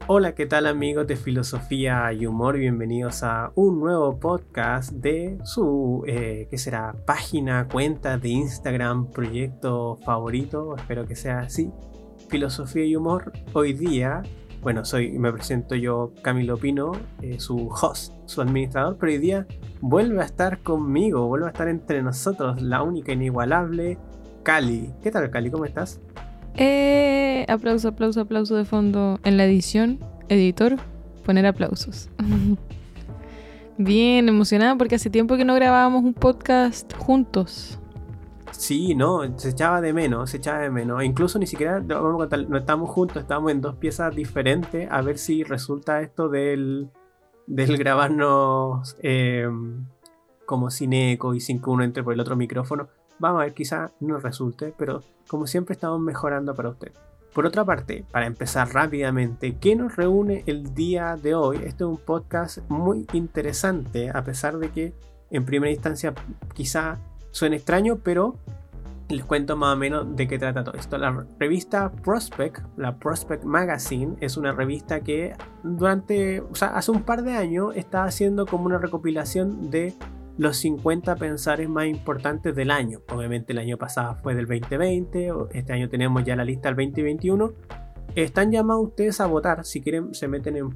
Hola, ¿qué tal amigos de Filosofía y Humor? Bienvenidos a un nuevo podcast de su, ¿qué será? Página, cuenta de Instagram, proyecto favorito, espero que sea así. Filosofía y Humor. Hoy día, me presento yo, Camilo Pino, su host, su administrador, pero hoy día vuelve a estar conmigo, vuelve a estar entre nosotros, la única inigualable, Cali. ¿Qué tal, Cali? ¿Cómo estás? Aplauso de fondo en la edición. Editor, poner aplausos. Bien emocionada porque hace tiempo que no grabábamos un podcast juntos. Sí, no, se echaba de menos. Incluso ni siquiera, vamos a contar, no estamos juntos, estamos en dos piezas diferentes. A ver si resulta esto del grabarnos como sin eco y sin que uno entre por el otro micrófono. Vamos a ver, quizá no resulte, pero como siempre estamos mejorando para usted. Por otra parte, para empezar rápidamente, ¿qué nos reúne el día de hoy? Este es un podcast muy interesante, a pesar de que en primera instancia quizá suene extraño, pero les cuento más o menos de qué trata todo esto. La revista Prospect, la Prospect Magazine, es una revista que hace un par de años estaba haciendo como una recopilación de los 50 pensares más importantes del año. Obviamente el año pasado fue del 2020, este año tenemos ya la lista del 2021. Están llamados ustedes a votar. Si quieren, se meten en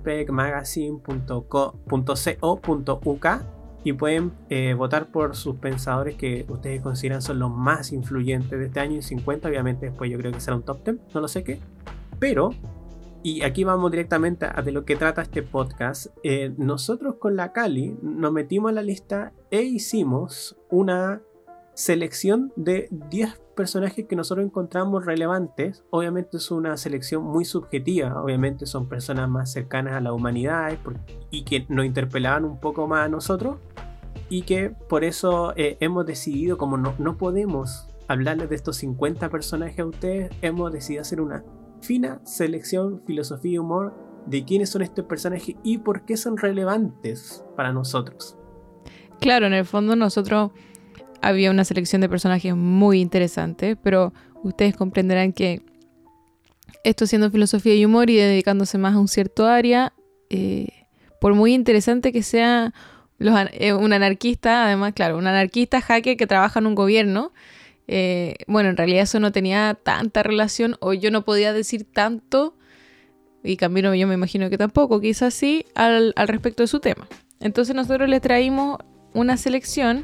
prospectmagazine.co.uk y pueden votar por sus pensadores que ustedes consideran son los más influyentes de este año en 50. Obviamente después yo creo que será un top 10, no lo sé qué. Pero, y aquí vamos directamente a de lo que trata este podcast. Nosotros con la Cali nos metimos a la lista e hicimos una selección de 10 personajes que nosotros encontramos relevantes. Obviamente es una selección muy subjetiva, obviamente son personas más cercanas a la humanidad y que nos interpelaban un poco más a nosotros, y que por eso hemos decidido, como no podemos hablarles de estos 50 personajes a ustedes, hemos decidido hacer una fina selección, filosofía y humor de quiénes son estos personajes y por qué son relevantes para nosotros. Claro, en el fondo nosotros había una selección de personajes muy interesante, pero ustedes comprenderán que esto siendo filosofía y humor y dedicándose más a un cierto área, por muy interesante que sea un anarquista, además, claro, un anarquista hacker que trabaja en un gobierno, en realidad eso no tenía tanta relación, o yo no podía decir tanto, y Camilo yo me imagino que tampoco, quizás sí, al respecto de su tema. Entonces nosotros les traemos una selección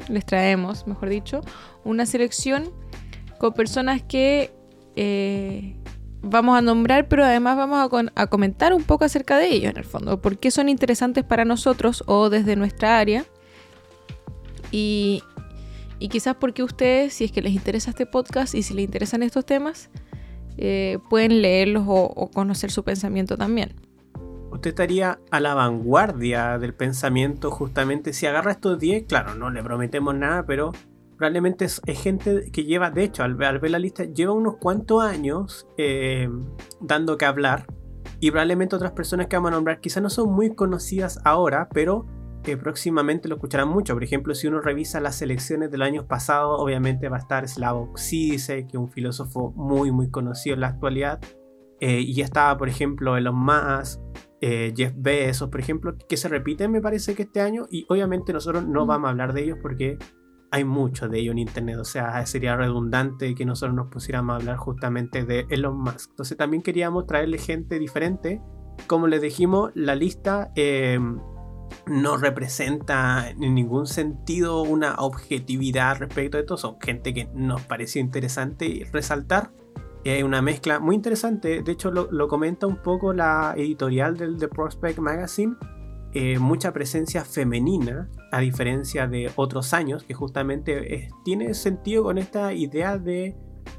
con personas que vamos a nombrar, pero además vamos a comentar un poco acerca de ellos en el fondo, por qué son interesantes para nosotros o desde nuestra área, y quizás porque ustedes, si es que les interesa este podcast y si les interesan estos temas, pueden leerlos o conocer su pensamiento también. Usted estaría a la vanguardia del pensamiento justamente si agarra estos 10, claro, no le prometemos nada, pero probablemente es gente que lleva, de hecho, al ver la lista, lleva unos cuantos años dando que hablar, y probablemente otras personas que vamos a nombrar quizás no son muy conocidas ahora, pero próximamente lo escucharán mucho. Por ejemplo, si uno revisa las selecciones de los años pasados, obviamente va a estar Slavoj Zizek, que es un filósofo muy muy conocido en la actualidad, y ya estaba, por ejemplo, Elon Musk, Jeff Bezos, por ejemplo, que se repiten, me parece que este año, y obviamente nosotros no vamos a hablar de ellos porque hay mucho de ellos en internet, o sea, sería redundante que nosotros nos pusiéramos a hablar justamente de Elon Musk. Entonces también queríamos traerle gente diferente. Como les dijimos, la lista no representa en ningún sentido una objetividad respecto de esto. Son gente que nos pareció interesante resaltar. Hay una mezcla muy interesante. De hecho lo comenta un poco la editorial del The Prospect Magazine. Mucha presencia femenina, a diferencia de otros años, que justamente tiene sentido con esta idea de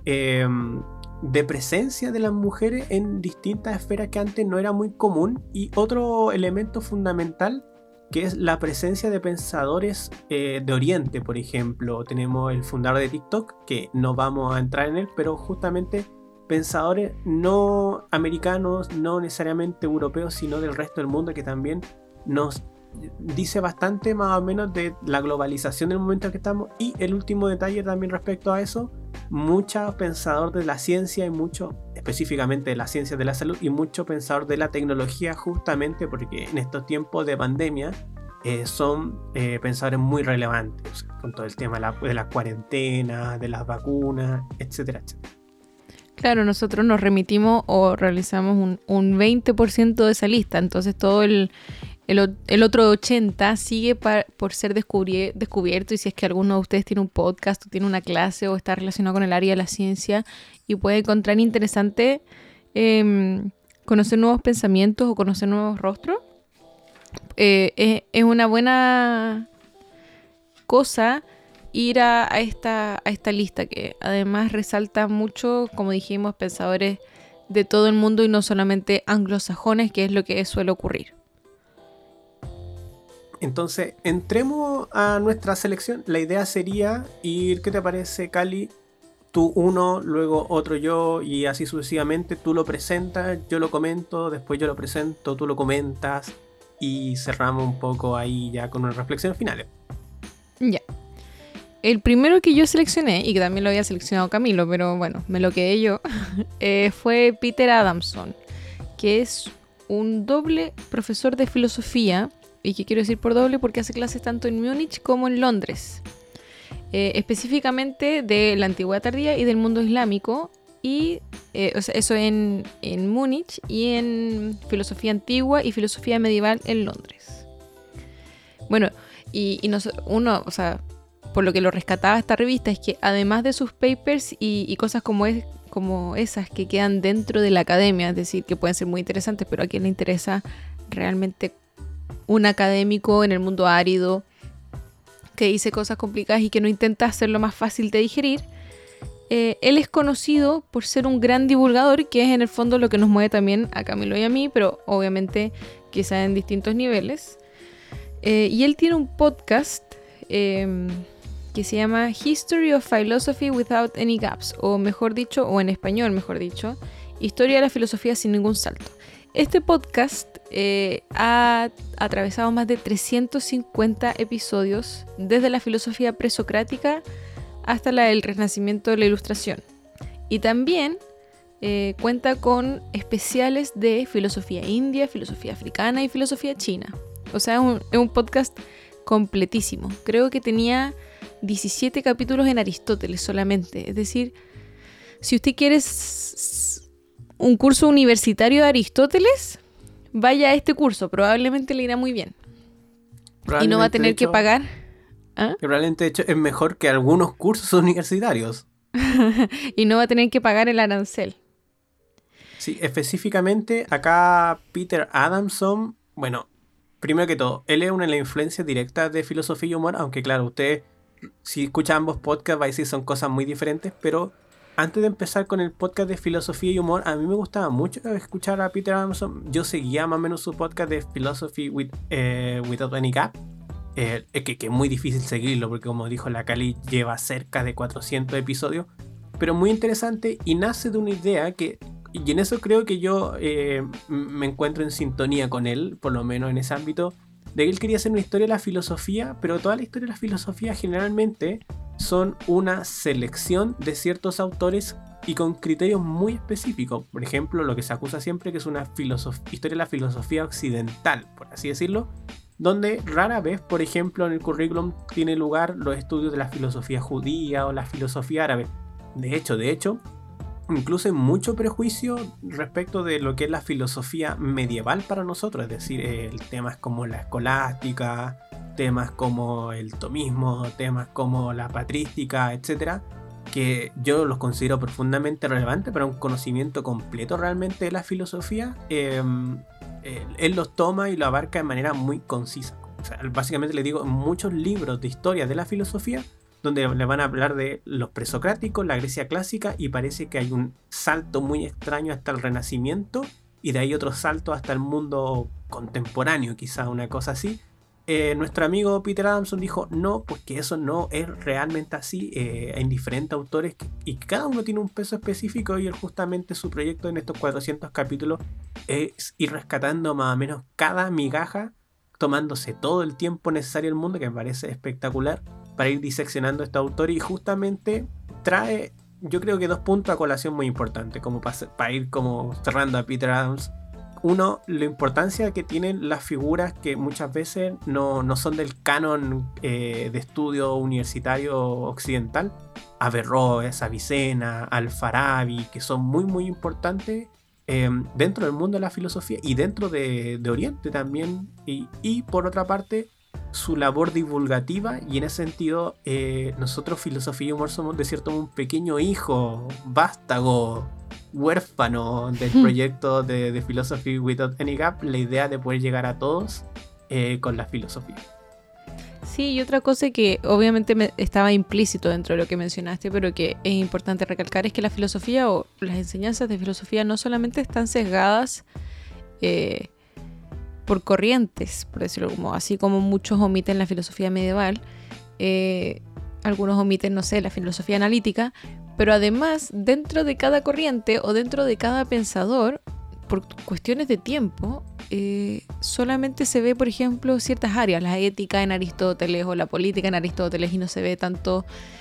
presencia de las mujeres en distintas esferas que antes no era muy común. Y otro elemento fundamental, que es la presencia de pensadores de Oriente. Por ejemplo, tenemos el fundador de TikTok, que no vamos a entrar en él, pero justamente pensadores no americanos, no necesariamente europeos, sino del resto del mundo, que también nos dice bastante más o menos de la globalización del momento en que estamos. Y el último detalle también respecto a eso, mucho pensador de la ciencia y mucho, específicamente de la ciencia de la salud, y mucho pensador de la tecnología, justamente porque en estos tiempos de pandemia son pensadores muy relevantes, con todo el tema de la cuarentena, de las vacunas, etcétera, etcétera. Claro, nosotros nos remitimos o realizamos un 20% de esa lista, entonces todo el otro 80% sigue por ser descubierto, y si es que alguno de ustedes tiene un podcast o tiene una clase o está relacionado con el área de la ciencia y puede encontrar interesante conocer nuevos pensamientos o conocer nuevos rostros, es una buena cosa ir a esta lista, que además resalta mucho, como dijimos, pensadores de todo el mundo y no solamente anglosajones, que es lo que suele ocurrir. Entonces, entremos a nuestra selección. La idea sería ir, ¿qué te parece, Cali? Tú uno, luego otro yo, y así sucesivamente. Tú lo presentas, yo lo comento, después yo lo presento, tú lo comentas, y cerramos un poco ahí ya con unas reflexiones finales. Ya. El primero que yo seleccioné, y que también lo había seleccionado Camilo, pero bueno, me lo quedé yo, fue Peter Adamson, que es un doble profesor de filosofía. ¿Y qué quiero decir por doble? Porque hace clases tanto en Múnich como en Londres. Específicamente de la antigüedad tardía y del mundo islámico. Y o sea, eso en Múnich, y en filosofía antigua y filosofía medieval en Londres. Bueno, o sea, por lo que lo rescataba esta revista, es que además de sus papers y cosas como esas que quedan dentro de la academia, es decir, que pueden ser muy interesantes, pero a quien le interesa realmente un académico en el mundo árido que dice cosas complicadas y que no intenta hacerlo más fácil de digerir, él es conocido por ser un gran divulgador, que es en el fondo lo que nos mueve también a Camilo y a mí, pero obviamente quizá en distintos niveles. Y él tiene un podcast que se llama History of Philosophy Without Any Gaps, o mejor dicho, o en español mejor dicho, Historia de la Filosofía sin ningún salto. Este podcast ha atravesado más de 350 episodios, desde la filosofía presocrática hasta la del Renacimiento de la Ilustración. Y también cuenta con especiales de filosofía india, filosofía africana y filosofía china. O sea, es un podcast completísimo. Creo que tenía 17 capítulos en Aristóteles solamente. Es decir, si usted quiere un curso universitario de Aristóteles, vaya a este curso, probablemente le irá muy bien. Y no va a tener que pagar. ¿Ah? Que probablemente, de hecho, es mejor que algunos cursos universitarios. Y no va a tener que pagar el arancel. Sí, específicamente acá Peter Adamson, bueno, primero que todo, él es una de las influencias directas de filosofía y humor, aunque claro, usted, si escucha ambos podcasts, va a decir son cosas muy diferentes, pero antes de empezar con el podcast de filosofía y humor, a mí me gustaba mucho escuchar a Peter Adamson. Yo seguía más o menos su podcast de Philosophy Without Any Gap, que es muy difícil seguirlo, porque como dijo la Cali, lleva cerca de 400 episodios, pero muy interesante, y nace de una idea que, y en eso creo que yo me encuentro en sintonía con él, por lo menos en ese ámbito, de que él quería hacer una historia de la filosofía, pero toda la historia de la filosofía generalmente son una selección de ciertos autores y con criterios muy específicos. Por ejemplo, lo que se acusa siempre que es una historia de la filosofía occidental, por así decirlo, donde rara vez, por ejemplo, en el currículum tiene lugar los estudios de la filosofía judía o la filosofía árabe. De hecho, incluso hay mucho prejuicio respecto de lo que es la filosofía medieval para nosotros, es decir, temas como la escolástica, temas como el tomismo, temas como la patrística, etcétera, que yo los considero profundamente relevantes para un conocimiento completo realmente de la filosofía. Él los toma y lo abarca de manera muy concisa. O sea, básicamente le digo, muchos libros de historia de la filosofía donde le van a hablar de los presocráticos, la Grecia clásica, y parece que hay un salto muy extraño hasta el Renacimiento, y de ahí otro salto hasta el mundo contemporáneo, quizá una cosa así. Nuestro amigo Peter Adamson dijo, no, porque eso no es realmente así. Hay diferentes autores y cada uno tiene un peso específico, y él justamente su proyecto en estos 400 capítulos es ir rescatando más o menos cada migaja, tomándose todo el tiempo necesario del mundo, que me parece espectacular, para ir diseccionando a este autor, y justamente trae yo creo que 2 puntos a colación muy importantes, como para ir como cerrando a Peter Adams. Uno, la importancia que tienen las figuras que muchas veces no son del canon de estudio universitario occidental. Averroes, Avicena, Al-Farabi, que son muy muy importantes dentro del mundo de la filosofía y dentro de Oriente también. Y por otra parte, su labor divulgativa, y en ese sentido nosotros Filosofía y Humor somos de cierto modo un pequeño hijo vástago, huérfano del proyecto de Philosophy Without Any Gap, la idea de poder llegar a todos con la filosofía. Sí, y otra cosa que obviamente estaba implícito dentro de lo que mencionaste, pero que es importante recalcar, es que la filosofía o las enseñanzas de filosofía no solamente están sesgadas por corrientes, por decirlo como, así como muchos omiten la filosofía medieval, algunos omiten, no sé, la filosofía analítica, pero además dentro de cada corriente o dentro de cada pensador, por cuestiones de tiempo, solamente se ve, por ejemplo, ciertas áreas, la ética en Aristóteles o la política en Aristóteles, y no se ve tanto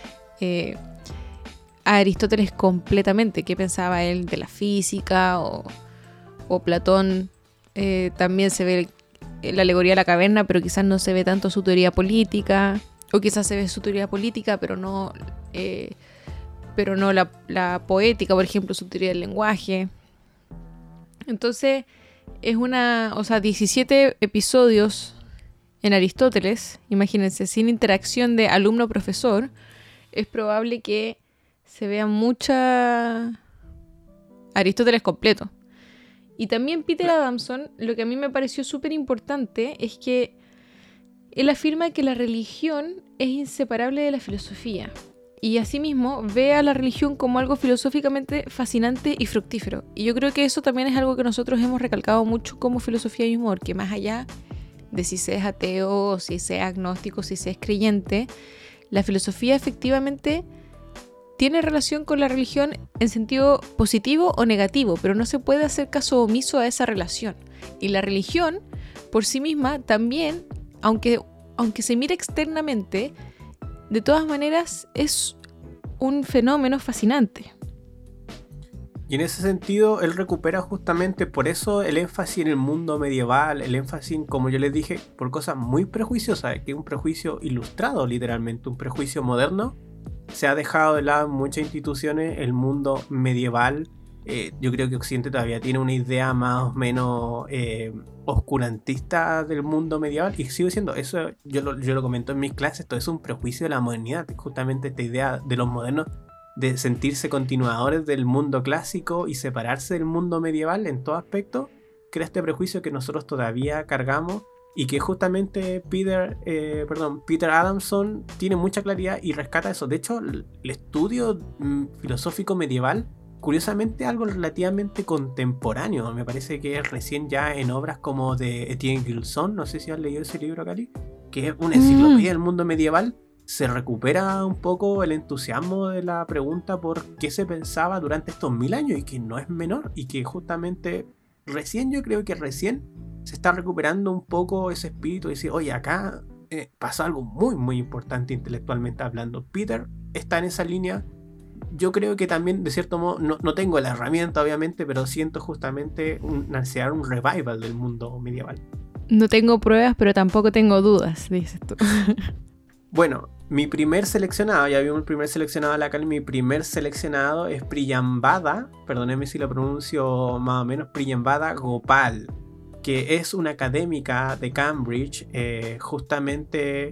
a Aristóteles completamente, qué pensaba él de la física, o Platón. También se ve la alegoría de la caverna, pero quizás no se ve tanto su teoría política, o quizás se ve su teoría política, pero no la poética, por ejemplo, su teoría del lenguaje. Entonces, es 17 episodios en Aristóteles, imagínense, sin interacción de alumno-profesor, es probable que se vea mucha Aristóteles completo. Y también Peter Adamson, lo que a mí me pareció súper importante es que él afirma que la religión es inseparable de la filosofía. Y asimismo ve a la religión como algo filosóficamente fascinante y fructífero. Y yo creo que eso también es algo que nosotros hemos recalcado mucho como Filosofía y Humor, que más allá de si se es ateo, o si se es agnóstico, si se es creyente, la filosofía efectivamente tiene relación con la religión en sentido positivo o negativo, pero no se puede hacer caso omiso a esa relación. Y la religión, por sí misma, también, aunque se mire externamente, de todas maneras es un fenómeno fascinante. Y en ese sentido, él recupera justamente por eso el énfasis en el mundo medieval, el énfasis, como yo les dije, por cosas muy prejuiciosas, que es un prejuicio ilustrado literalmente, un prejuicio moderno. Se ha dejado de lado en muchas instituciones el mundo medieval. Yo creo que Occidente todavía tiene una idea más o menos oscurantista del mundo medieval, y sigo diciendo eso. Yo lo comento en mis clases, esto es un prejuicio de la modernidad, justamente esta idea de los modernos de sentirse continuadores del mundo clásico y separarse del mundo medieval en todo aspecto, crea este prejuicio que nosotros todavía cargamos, y que justamente Peter Adamson tiene mucha claridad y rescata eso. De hecho, el estudio filosófico medieval, curiosamente, algo relativamente contemporáneo. Me parece que es recién ya en obras como de Etienne Gilson, no sé si has leído ese libro, Cali, que es una enciclopedia del mundo medieval. Se recupera un poco el entusiasmo de la pregunta por qué se pensaba durante estos 1000 años, y que no es menor, y que justamente yo creo que recién se está recuperando un poco ese espíritu de decir, oye, acá pasó algo muy muy importante intelectualmente hablando. Peter está en esa línea. Yo creo que también, de cierto modo, no tengo la herramienta obviamente, pero siento justamente un revival del mundo medieval. No tengo pruebas, pero tampoco tengo dudas, dices tú. Bueno, mi primer seleccionado, ya vimos el primer seleccionado de la Cali, mi primer seleccionado es Priyambada, perdónenme si lo pronuncio más o menos, Priyambada Gopal, que es una académica de Cambridge, justamente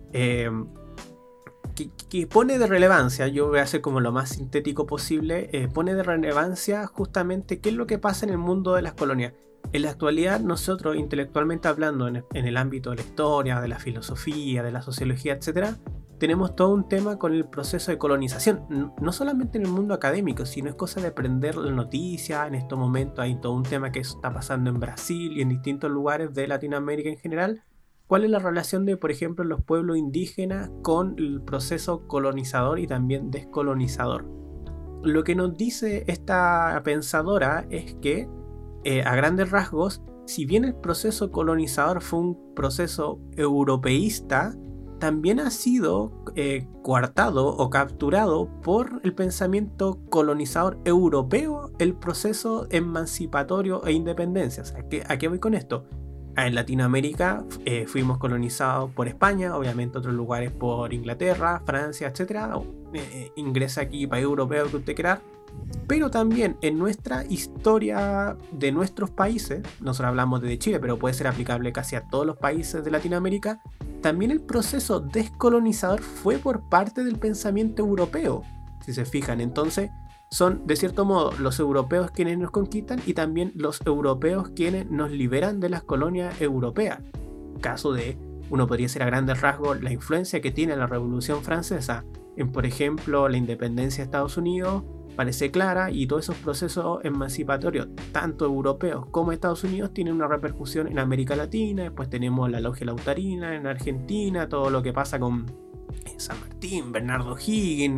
que pone de relevancia, yo voy a hacer como lo más sintético posible, pone de relevancia justamente qué es lo que pasa en el mundo de las colonias. En la actualidad, nosotros, intelectualmente hablando, en el ámbito de la historia, de la filosofía, de la sociología, etc., tenemos todo un tema con el proceso de colonización, no solamente en el mundo académico, sino es cosa de aprender la noticia. En estos momentos hay todo un tema que está pasando en Brasil y en distintos lugares de Latinoamérica en general. ¿Cuál es la relación de, por ejemplo, los pueblos indígenas con el proceso colonizador y también descolonizador? Lo que nos dice esta pensadora es que, a grandes rasgos, si bien el proceso colonizador fue un proceso europeísta, también ha sido coartado o capturado por el pensamiento colonizador europeo el proceso emancipatorio e independencia. O sea, ¿a qué voy con esto? En Latinoamérica fuimos colonizados por España, obviamente otros lugares por Inglaterra, Francia, etc. Ingresa aquí país europeo que usted quiera. Pero también en nuestra historia de nuestros países, nosotros hablamos de Chile, pero puede ser aplicable casi a todos los países de Latinoamérica, también el proceso descolonizador fue por parte del pensamiento europeo, si se fijan. Entonces son de cierto modo los europeos quienes nos conquistan y también los europeos quienes nos liberan de las colonias europeas. Caso de, uno podría decir a grandes rasgos, la influencia que tiene la Revolución Francesa en, por ejemplo, la independencia de Estados Unidos, parece clara, y todos esos procesos emancipatorios, tanto europeos como Estados Unidos, tienen una repercusión en América Latina. Después tenemos la Logia Lautarina en Argentina, todo lo que pasa con San Martín, Bernardo Higgins,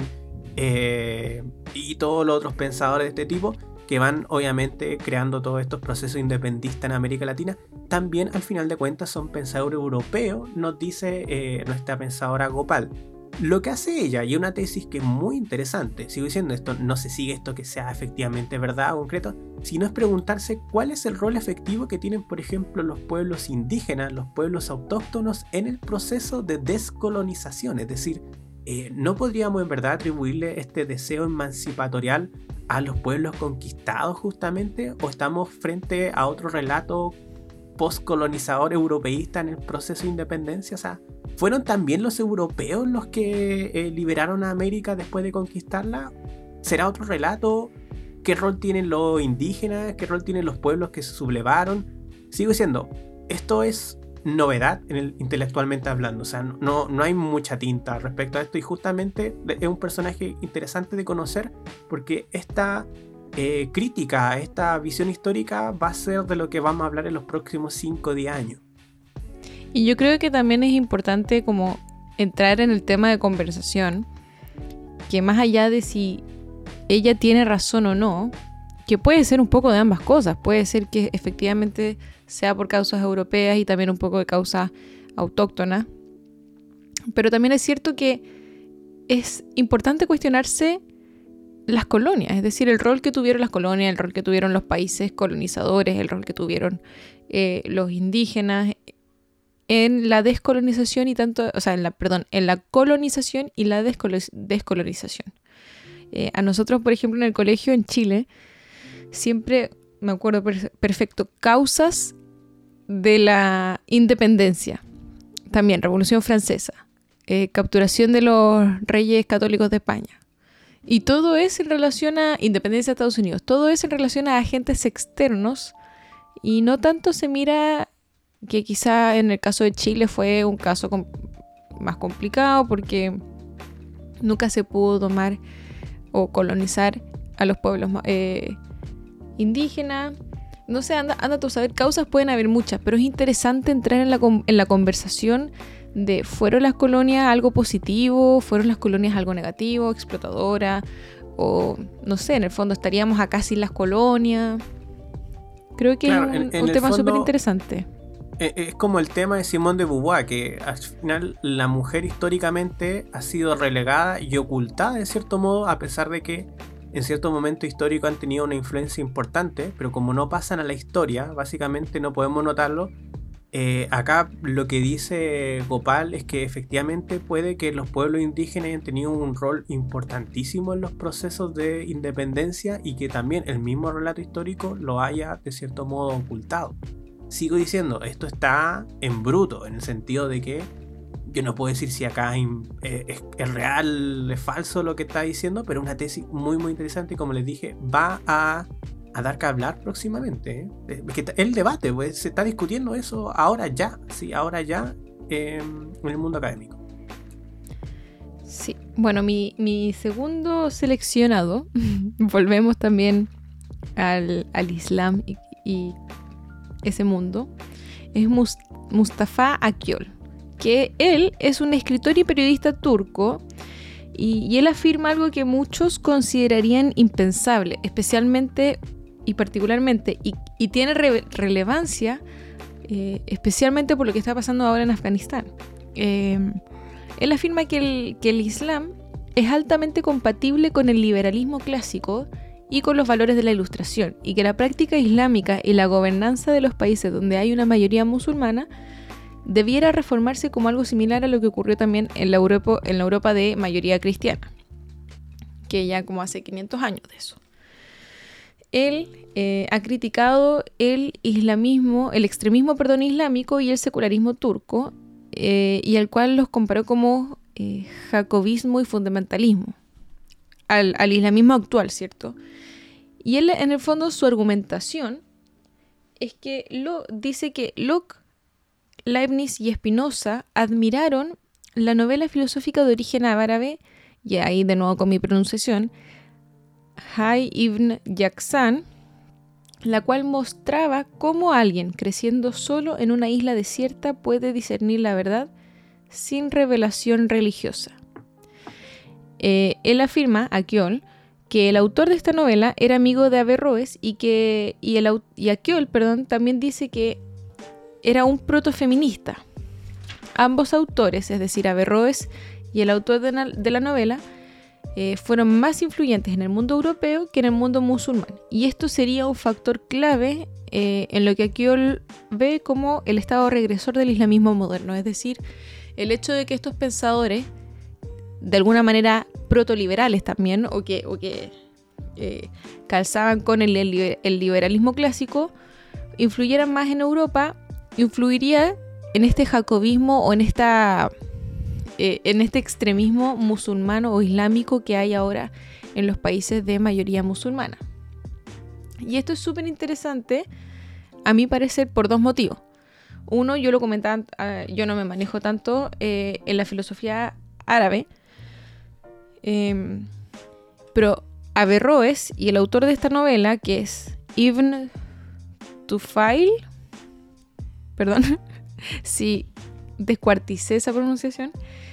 y todos los otros pensadores de este tipo que van obviamente creando todos estos procesos independistas en América Latina. También al final de cuentas son pensadores europeos, nos dice nuestra pensadora Gopal. Lo que hace ella, y una tesis que es muy interesante, sigo diciendo esto, no se sigue esto que sea efectivamente verdad o concreto, sino es preguntarse cuál es el rol efectivo que tienen, por ejemplo, los pueblos indígenas, los pueblos autóctonos en el proceso de descolonización. Es decir, ¿no podríamos en verdad atribuirle este deseo emancipatorial a los pueblos conquistados justamente? ¿O estamos frente a otro relato postcolonizador europeísta en el proceso de independencia? O sea, ¿fueron también los europeos los que liberaron a América después de conquistarla? ¿Será otro relato? ¿Qué rol tienen los indígenas? ¿Qué rol tienen los pueblos que se sublevaron? Sigo diciendo, esto es novedad intelectualmente hablando. O sea, no hay mucha tinta respecto a esto, y justamente es un personaje interesante de conocer porque esta crítica, esta visión histórica va a ser de lo que vamos a hablar en los próximos 5 o 10 años. Y yo creo que también es importante como entrar en el tema de conversación, que más allá de si ella tiene razón o no, que puede ser un poco de ambas cosas, puede ser que efectivamente sea por causas europeas y también un poco de causas autóctonas, pero también es cierto que es importante cuestionarse las colonias, es decir, el rol que tuvieron las colonias, el rol que tuvieron los países colonizadores, el rol que tuvieron los indígenas en la descolonización y tanto, o sea, en la colonización y la descolonización. A nosotros, por ejemplo, en el colegio en Chile, siempre me acuerdo perfecto, causas de la independencia, también Revolución Francesa, capturación de los reyes católicos de España. Y todo es en relación a independencia de Estados Unidos, todo es en relación a agentes externos, y no tanto se mira que quizá en el caso de Chile fue un caso más complicado porque nunca se pudo tomar o colonizar a los pueblos indígenas. No sé, anda tú a saber, causas pueden haber muchas, pero es interesante entrar en la conversación de ¿fueron las colonias algo positivo? ¿Fueron las colonias algo negativo, explotadora? O no sé, en el fondo estaríamos acá sin las colonias. Creo que claro, es un tema súper interesante. Es como el tema de Simone de Beauvoir, que al final la mujer históricamente ha sido relegada y ocultada de cierto modo, a pesar de que en cierto momento histórico han tenido una influencia importante, pero como no pasan a la historia, básicamente no podemos notarlo. Acá lo que dice Gopal es que efectivamente puede que los pueblos indígenas hayan tenido un rol importantísimo en los procesos de independencia y que también el mismo relato histórico lo haya de cierto modo ocultado. Sigo diciendo, esto está en bruto, en el sentido de que yo no puedo decir si acá es real, es falso lo que está diciendo, pero es una tesis muy muy interesante y, como les dije, va a dar que hablar próximamente. Que el debate, pues, se está discutiendo eso ahora ya en el mundo académico. Sí, bueno, mi segundo seleccionado, volvemos también al Islam y ese mundo, es Mustafa Akyol, que él es un escritor y periodista turco, y él afirma algo que muchos considerarían impensable, especialmente y particularmente, y tiene relevancia, especialmente por lo que está pasando ahora en Afganistán. Él afirma que el Islam es altamente compatible con el liberalismo clásico y con los valores de la Ilustración, y que la práctica islámica y la gobernanza de los países donde hay una mayoría musulmana debiera reformarse como algo similar a lo que ocurrió también en la Europa de mayoría cristiana, que ya como hace 500 años de eso. Él ha criticado el extremismo islámico y el secularismo turco, y al cual los comparó como jacobismo y fundamentalismo, al islamismo actual, ¿cierto? Y él, en el fondo, su argumentación es que dice que Locke, Leibniz y Spinoza admiraron la novela filosófica de origen árabe, y ahí de nuevo con mi pronunciación, Hayy ibn Yaqzan, la cual mostraba cómo alguien creciendo solo en una isla desierta puede discernir la verdad sin revelación religiosa. Él afirma, Aciol, que el autor de esta novela era amigo de Averroes y Aciol también dice que era un protofeminista. Ambos autores, es decir, Averroes y el autor de la novela, fueron más influyentes en el mundo europeo que en el mundo musulmán. Y esto sería un factor clave en lo que Aciol ve como el estado regresor del islamismo moderno. Es decir, el hecho de que estos pensadores, de alguna manera protoliberales también, o que calzaban con el liberalismo clásico, influyeran más en Europa, influiría en este jacobismo o en este extremismo musulmano o islámico que hay ahora en los países de mayoría musulmana. Y esto es súper interesante, a mi parecer, por dos motivos. Uno, yo lo comentaba, yo no me manejo tanto en la filosofía árabe, pero Averroes y el autor de esta novela, que es Ibn Tufail, perdón si descuarticé esa pronunciación,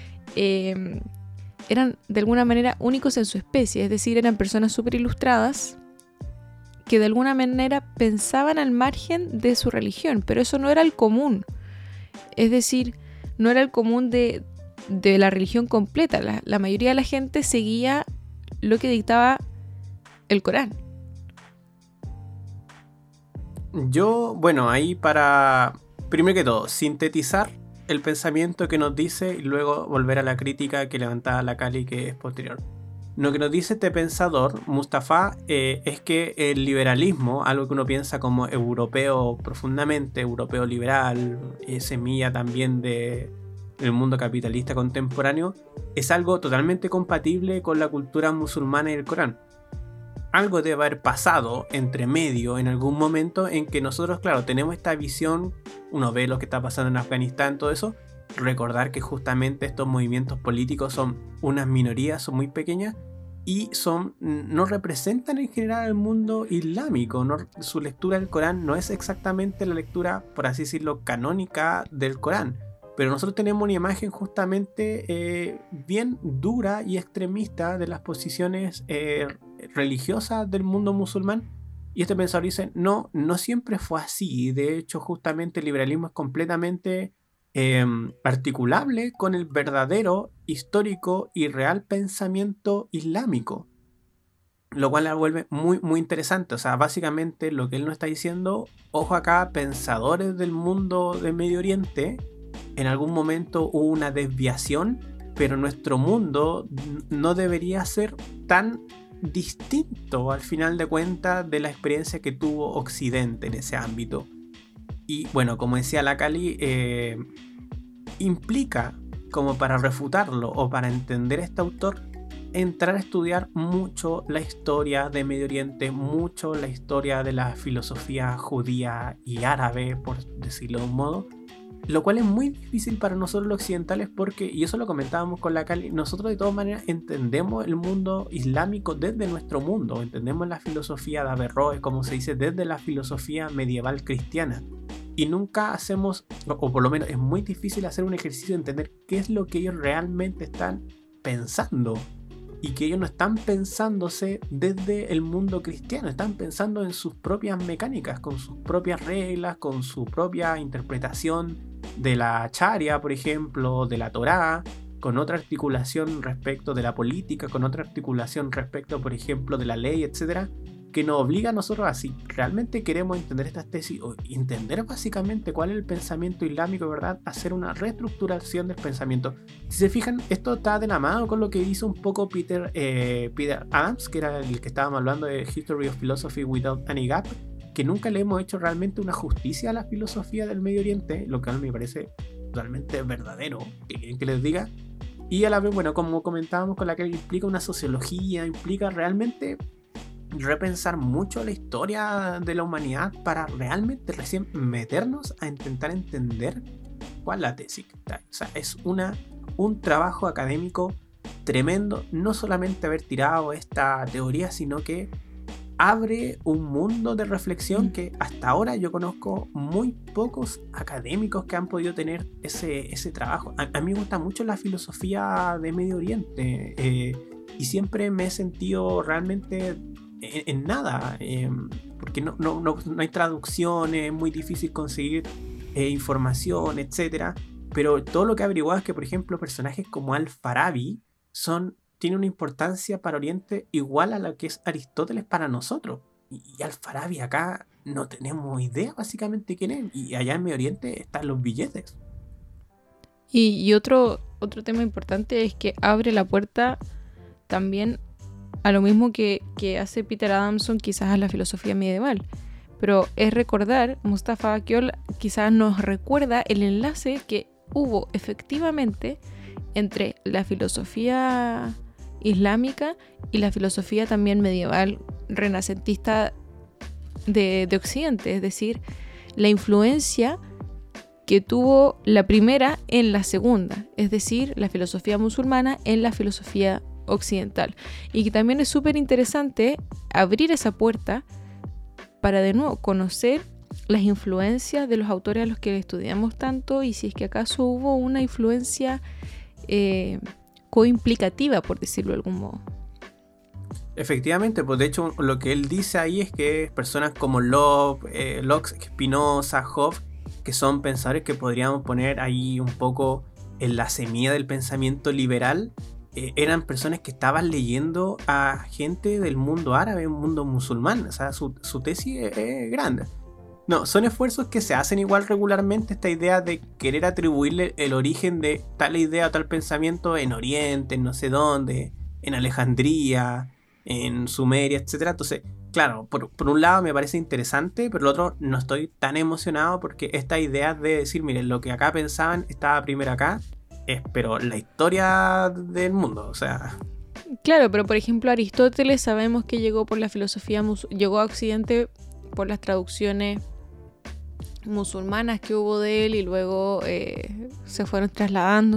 eran de alguna manera únicos en su especie, es decir, eran personas súper ilustradas que de alguna manera pensaban al margen de su religión, pero eso no era el común, es decir, no era el común de la religión completa. La mayoría de la gente seguía lo que dictaba el Corán. Ahí primero que todo, sintetizar el pensamiento que nos dice y luego volver a la crítica que levantaba la Cali, que es posterior. Lo que nos dice este pensador, Mustafa, es que el liberalismo, algo que uno piensa como europeo profundamente, europeo liberal, semilla también del mundo capitalista contemporáneo, es algo totalmente compatible con la cultura musulmana y el Corán. Algo debe haber pasado entre medio en algún momento en que nosotros, claro, tenemos esta visión, uno ve lo que está pasando en Afganistán, todo eso, recordar que justamente estos movimientos políticos son unas minorías, son muy pequeñas y no representan en general al mundo islámico. Su lectura del Corán no es exactamente la lectura, por así decirlo, canónica del Corán. Pero nosotros tenemos una imagen justamente bien dura y extremista de las posiciones religiosas del mundo musulmán. Y este pensador dice, no siempre fue así. De hecho, justamente el liberalismo es completamente articulable con el verdadero, histórico y real pensamiento islámico. Lo cual la vuelve muy, muy interesante. O sea, básicamente lo que él nos está diciendo, ojo acá, pensadores del mundo de Medio Oriente, en algún momento hubo una desviación, pero nuestro mundo no debería ser tan distinto al final de cuentas de la experiencia que tuvo Occidente en ese ámbito. Y bueno, como decía la Cali, implica, como para refutarlo o para entender a este autor, entrar a estudiar mucho la historia de Medio Oriente, mucho la historia de la filosofía judía y árabe, por decirlo de un modo, lo cual es muy difícil para nosotros los occidentales porque, y eso lo comentábamos con la Cali, nosotros de todas maneras entendemos el mundo islámico desde nuestro mundo, entendemos la filosofía de Averroes, como se dice, desde la filosofía medieval cristiana, y nunca hacemos, o por lo menos es muy difícil hacer un ejercicio de entender qué es lo que ellos realmente están pensando, y que ellos no están pensándose desde el mundo cristiano, están pensando en sus propias mecánicas, con sus propias reglas, con su propia interpretación de la Sharia, por ejemplo, de la Torá, con otra articulación respecto de la política, con otra articulación respecto, por ejemplo, de la ley, etcétera, que nos obliga a nosotros a, si realmente queremos entender estas tesis o entender básicamente cuál es el pensamiento islámico, ¿verdad?, hacer una reestructuración del pensamiento. Si se fijan, esto está de la mano con lo que hizo un poco Peter Adams, que era el que estábamos hablando de History of Philosophy Without Any Gap, que nunca le hemos hecho realmente una justicia a la filosofía del Medio Oriente, lo que a mí me parece realmente verdadero, que quieren que les diga. Y a la vez, bueno, como comentábamos, con la que implica una sociología, implica realmente repensar mucho la historia de la humanidad para realmente recién meternos a intentar entender cuál es la tesis. O sea, es un trabajo académico tremendo, no solamente haber tirado esta teoría, sino que abre un mundo de reflexión que hasta ahora yo conozco muy pocos académicos que han podido tener ese trabajo. A mí me gusta mucho la filosofía de Medio Oriente y siempre me he sentido realmente en nada, porque no hay traducciones, es muy difícil conseguir información, etcétera. Pero todo lo que he averiguado es que, por ejemplo, personajes como Al-Farabi tienen una importancia para Oriente igual a la que es Aristóteles para nosotros. Y Al-Farabi acá no tenemos idea básicamente quién es. Y allá en Medio Oriente están los billetes. Y otro tema importante es que abre la puerta también a lo mismo que hace Peter Adamson quizás a la filosofía medieval. Pero es recordar, Mustafa Akyol quizás nos recuerda el enlace que hubo efectivamente entre la filosofía islámica y la filosofía también medieval renacentista de Occidente. Es decir, la influencia que tuvo la primera en la segunda. Es decir, la filosofía musulmana en la filosofía occidental, y que también es súper interesante abrir esa puerta para de nuevo conocer las influencias de los autores a los que estudiamos tanto, y si es que acaso hubo una influencia coimplicativa, por decirlo de algún modo. Efectivamente, pues de hecho lo que él dice ahí es que personas como Locke, Spinoza, Hobbes, que son pensadores que podríamos poner ahí un poco en la semilla del pensamiento liberal, eran personas que estaban leyendo a gente del mundo árabe, mundo musulmán. O sea, su tesis es grande. No, son esfuerzos que se hacen igual regularmente, esta idea de querer atribuirle el origen de tal idea o tal pensamiento en Oriente, en no sé dónde, en Alejandría, en Sumeria, etc. Entonces, claro, por un lado me parece interesante, pero por otro no estoy tan emocionado porque esta idea de decir, miren, lo que acá pensaban estaba primero acá, pero la historia del mundo, o sea... Claro, pero por ejemplo Aristóteles sabemos que llegó por la filosofía, llegó a Occidente por las traducciones musulmanas que hubo de él, y luego se fueron trasladando,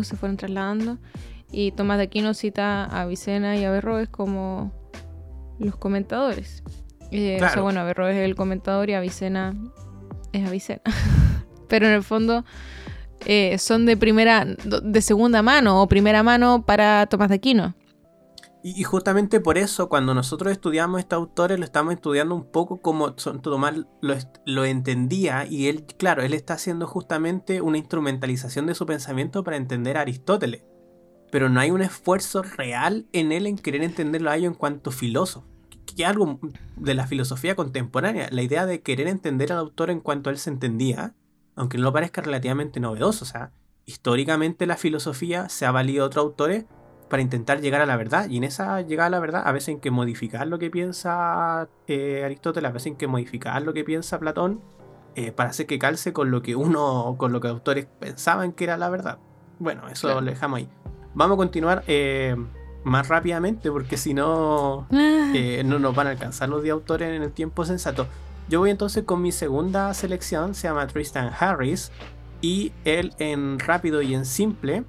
y Tomás de Aquino cita a Avicena y a Averroes como los comentadores. Claro. O sea, bueno, Averroes es el comentador y Avicena es Avicena. Pero en el fondo son de segunda mano o primera mano para Tomás de Aquino. Y justamente por eso, cuando nosotros estudiamos estos autores, lo estamos estudiando un poco como Tomás lo entendía, y él, claro, él está haciendo justamente una instrumentalización de su pensamiento para entender a Aristóteles. Pero no hay un esfuerzo real en él en querer entenderlo a ellos en cuanto filósofo. Que es algo de la filosofía contemporánea, la idea de querer entender al autor en cuanto él se entendía, aunque no lo parezca relativamente novedoso. O sea, históricamente la filosofía se ha valido de otros autores para intentar llegar a la verdad, y en esa llegada a la verdad a veces hay que modificar lo que piensa Aristóteles, a veces hay que modificar lo que piensa Platón, para hacer que calce con lo que autores pensaban que era la verdad. Bueno, eso claro. Lo dejamos ahí. Vamos a continuar más rápidamente, porque si no no nos van a alcanzar los 10 autores en el tiempo sensato. Yo voy entonces con mi segunda selección, se llama Tristan Harris, y él en rápido y en simple,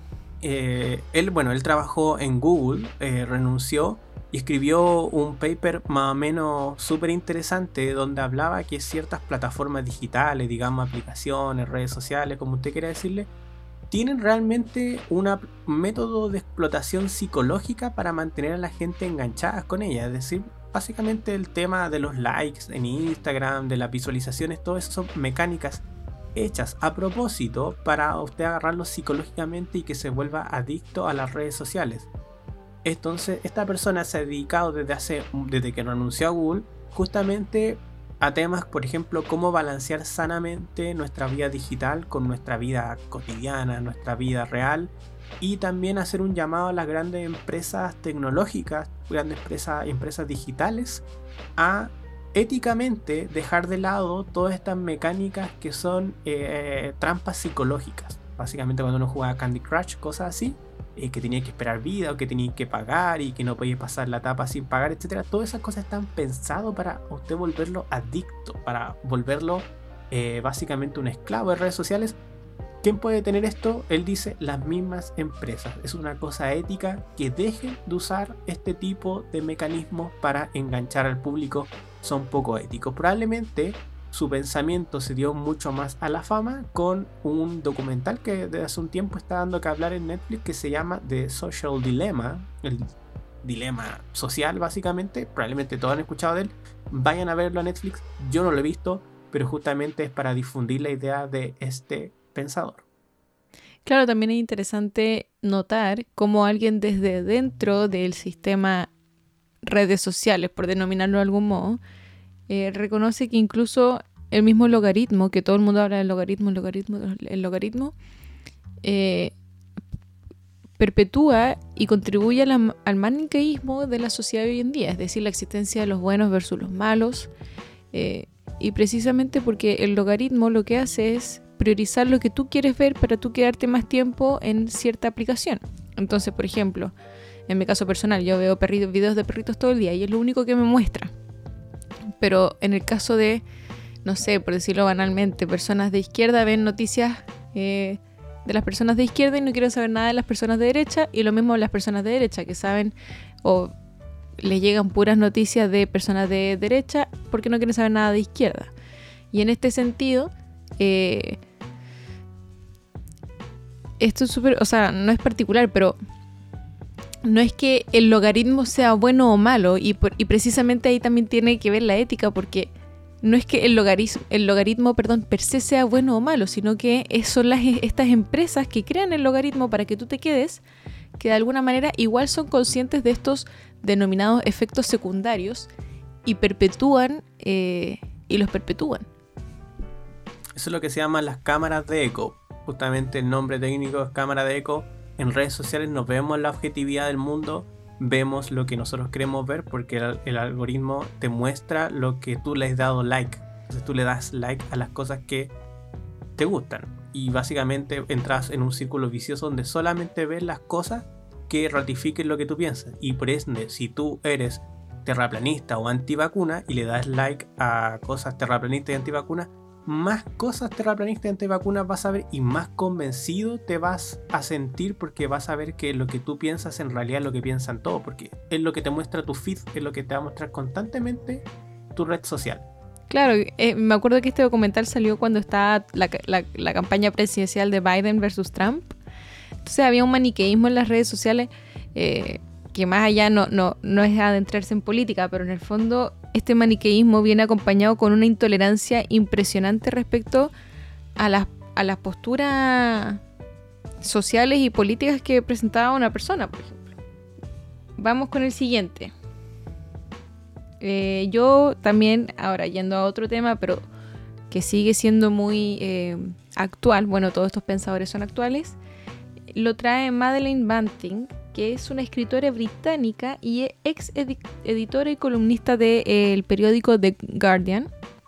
él trabajó en Google, renunció y escribió un paper más o menos súper interesante donde hablaba que ciertas plataformas digitales, digamos aplicaciones, redes sociales, como usted quiera decirle, tienen realmente un método de explotación psicológica para mantener a la gente enganchada con ella. Es decir, básicamente el tema de los likes en Instagram, de las visualizaciones, todo eso son mecánicas hechas a propósito para usted agarrarlo psicológicamente y que se vuelva adicto a las redes sociales. Entonces, esta persona se ha dedicado desde que renunció a Google justamente a temas, por ejemplo, cómo balancear sanamente nuestra vida digital con nuestra vida cotidiana, nuestra vida real, y también hacer un llamado a las grandes empresas tecnológicas, grandes empresas digitales, a éticamente dejar de lado todas estas mecánicas que son trampas psicológicas. Básicamente cuando uno juega Candy Crush, cosas así, que tenía que esperar vida o que tenía que pagar y que no podía pasar la etapa sin pagar, etcétera. Todas esas cosas están pensadas para usted volverlo adicto, para volverlo básicamente un esclavo de redes sociales. ¿Quién puede tener esto? Él dice las mismas empresas. Es una cosa ética que dejen de usar este tipo de mecanismos para enganchar al público. Son poco éticos. Probablemente su pensamiento se dio mucho más a la fama con un documental que desde hace un tiempo está dando que hablar en Netflix, que se llama The Social Dilemma, el dilema social básicamente. Probablemente todos han escuchado de él. Vayan a verlo a Netflix. Yo no lo he visto, pero justamente es para difundir la idea de este pensador. Claro, también es interesante notar cómo alguien desde dentro del sistema redes sociales, por denominarlo de algún modo, reconoce que incluso el mismo logaritmo, que todo el mundo habla del logaritmo, perpetúa y contribuye al maniqueísmo de la sociedad de hoy en día, es decir, la existencia de los buenos versus los malos, y precisamente porque el logaritmo lo que hace es priorizar lo que tú quieres ver para tú quedarte más tiempo en cierta aplicación. Entonces, por ejemplo, en mi caso personal, yo veo videos de perritos todo el día y es lo único que me muestra. Pero en el caso de, no sé, por decirlo banalmente, personas de izquierda ven noticias de las personas de izquierda y no quieren saber nada de las personas de derecha, y lo mismo las personas de derecha que saben o les llegan puras noticias de personas de derecha porque no quieren saber nada de izquierda. Y en este sentido, esto es súper, o sea, no es particular, pero no es que el logaritmo sea bueno o malo, y precisamente ahí también tiene que ver la ética, porque no es que el logaritmo, per se sea bueno o malo, sino que son estas empresas que crean el logaritmo para que tú te quedes, que de alguna manera igual son conscientes de estos denominados efectos secundarios y perpetúan y los perpetúan. Eso es lo que se llama las cámaras de eco. Justamente el nombre técnico es cámara de eco. En redes sociales nos vemos la objetividad del mundo, vemos lo que nosotros queremos ver, porque el algoritmo te muestra lo que tú le has dado like. Entonces tú le das like a las cosas que te gustan, y básicamente entras en un círculo vicioso donde solamente ves las cosas que ratifiquen lo que tú piensas. Y por ende, si tú eres terraplanista o antivacuna y le das like a cosas terraplanistas y antivacunas, más cosas terraplanistas y antivacunas vas a ver, y más convencido te vas a sentir, porque vas a ver que lo que tú piensas en realidad es lo que piensan todos, porque es lo que te muestra tu feed, es lo que te va a mostrar constantemente tu red social. Claro, me acuerdo que este documental salió cuando estaba la campaña presidencial de Biden versus Trump. Entonces había un maniqueísmo en las redes sociales que más allá no es adentrarse en política, pero en el fondo este maniqueísmo viene acompañado con una intolerancia impresionante respecto a las posturas sociales y políticas que presentaba una persona, por ejemplo. Vamos con el siguiente. Yo también, ahora yendo a otro tema, pero que sigue siendo muy actual, bueno, todos estos pensadores son actuales, lo trae Madeleine Banting, que es una escritora británica y ex editora y columnista del periódico The Guardian.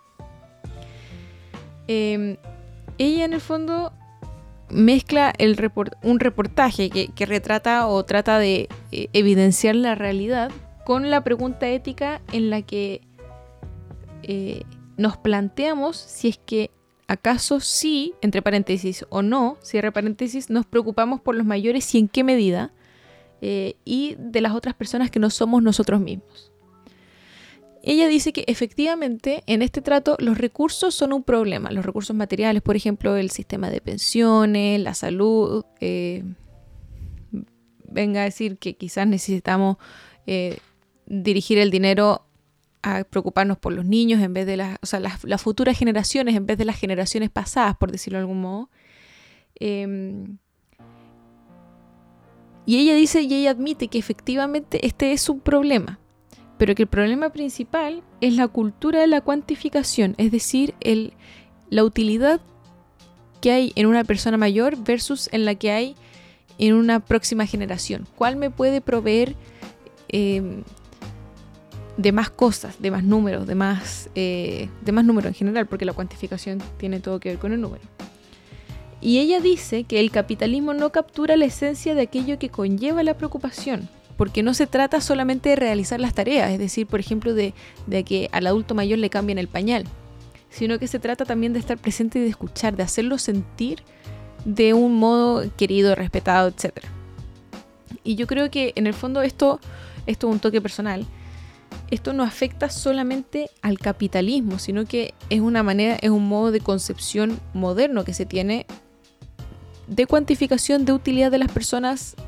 Ella en el fondo mezcla un reportaje que retrata o trata de evidenciar la realidad con la pregunta ética en la que nos planteamos si es que acaso sí, entre paréntesis, o no, cierre paréntesis, nos preocupamos por los mayores y en qué medida, y de las otras personas que no somos nosotros mismos. Ella dice que efectivamente en este trato los recursos son un problema, los recursos materiales, por ejemplo, el sistema de pensiones, la salud, venga a decir que quizás necesitamos dirigir el dinero a preocuparnos por los niños en vez de las futuras generaciones en vez de las generaciones pasadas, por decirlo de algún modo. Y ella dice y ella admite que efectivamente este es un problema, pero que el problema principal es la cultura de la cuantificación, es decir, la utilidad que hay en una persona mayor versus en la que hay en una próxima generación. ¿Cuál me puede proveer de más cosas, de más números, de más números en general? Porque la cuantificación tiene todo que ver con el número. Y ella dice que el capitalismo no captura la esencia de aquello que conlleva la preocupación, porque no se trata solamente de realizar las tareas, es decir, por ejemplo, de que al adulto mayor le cambien el pañal, sino que se trata también de estar presente y de escuchar, de hacerlo sentir de un modo querido, respetado, etc. Y yo creo que en el fondo esto es un toque personal. Esto no afecta solamente al capitalismo, sino que es un modo de concepción moderno que se tiene de cuantificación de utilidad de las personas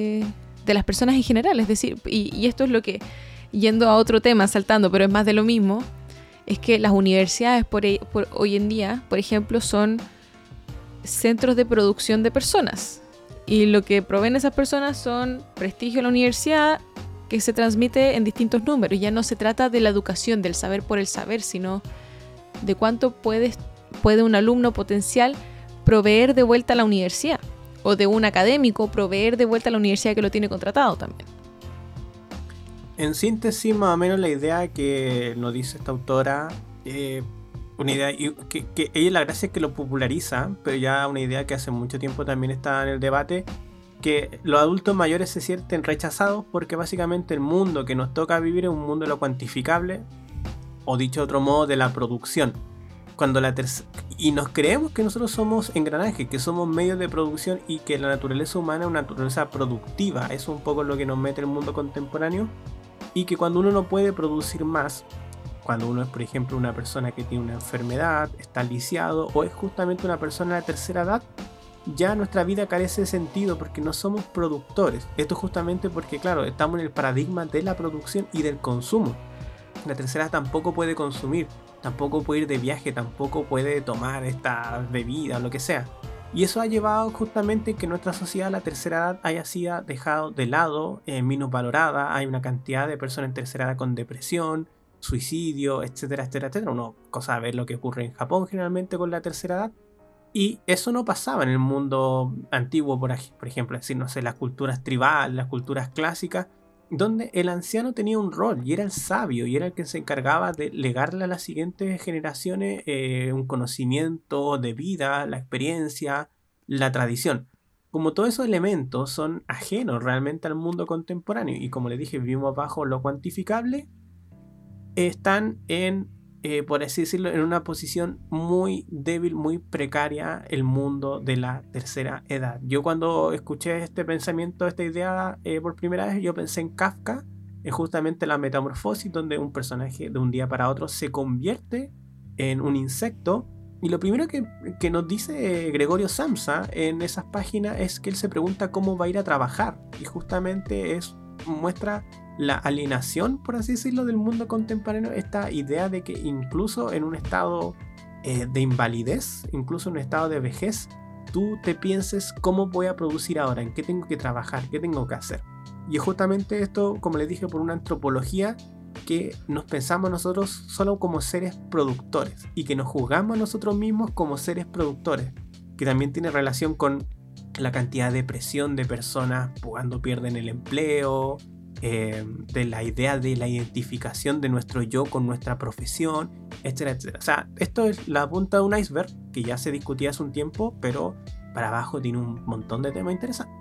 en general. Es decir, y esto es lo que, yendo a otro tema, saltando, pero es más de lo mismo, es que las universidades por hoy en día, por ejemplo, son centros de producción de personas. Y lo que proveen esas personas son prestigio en la universidad, que se transmite en distintos números. Ya no se trata de la educación, del saber por el saber, sino de cuánto puede un alumno potencial proveer de vuelta a la universidad, o de un académico proveer de vuelta a la universidad que lo tiene contratado también. En síntesis, más o menos la idea que nos dice esta autora, una idea que ella, la gracia es que lo populariza, pero ya una idea que hace mucho tiempo también está en el debate, que los adultos mayores se sienten rechazados porque básicamente el mundo que nos toca vivir es un mundo de lo cuantificable, o dicho de otro modo, de la producción. Y nos creemos que nosotros somos engranajes, que somos medios de producción y que la naturaleza humana es una naturaleza productiva. Eso es un poco lo que nos mete el mundo contemporáneo. Y que cuando uno no puede producir más, cuando uno es, por ejemplo, una persona que tiene una enfermedad, está lisiado, o es justamente una persona de tercera edad, ya nuestra vida carece de sentido porque no somos productores. Esto justamente porque, claro, estamos en el paradigma de la producción y del consumo. La tercera edad tampoco puede consumir, tampoco puede ir de viaje, tampoco puede tomar esta bebida o lo que sea. Y eso ha llevado justamente que nuestra sociedad, la tercera edad, haya sido dejado de lado, menos valorada. Hay una cantidad de personas en tercera edad con depresión, suicidio, etcétera, etcétera, etcétera. Uno cosa a ver lo que ocurre en Japón generalmente con la tercera edad. Y eso no pasaba en el mundo antiguo, por ejemplo, es decir, no sé, las culturas tribales, las culturas clásicas, donde el anciano tenía un rol y era el sabio y era el que se encargaba de legarle a las siguientes generaciones un conocimiento de vida, la experiencia, la tradición. Como todos esos elementos son ajenos realmente al mundo contemporáneo y como les dije, vivimos bajo lo cuantificable, están por así decirlo, en una posición muy débil, muy precaria el mundo de la tercera edad. Yo cuando escuché este pensamiento, esta idea por primera vez, yo pensé en Kafka, justamente la metamorfosis, donde un personaje de un día para otro se convierte en un insecto. Y lo primero que nos dice Gregorio Samsa en esas páginas es que él se pregunta cómo va a ir a trabajar. Y justamente muestra la alienación, por así decirlo, del mundo contemporáneo, esta idea de que incluso en un estado de invalidez, incluso en un estado de vejez, tú te pienses cómo voy a producir ahora, en qué tengo que trabajar, qué tengo que hacer. Y es justamente esto, como les dije, por una antropología que nos pensamos nosotros solo como seres productores y que nos juzgamos a nosotros mismos como seres productores, que también tiene relación con la cantidad de presión de personas cuando pierden el empleo, de la idea de la identificación de nuestro yo con nuestra profesión, etcétera, etcétera. O sea, esto es la punta de un iceberg que ya se discutía hace un tiempo, pero para abajo tiene un montón de temas interesantes.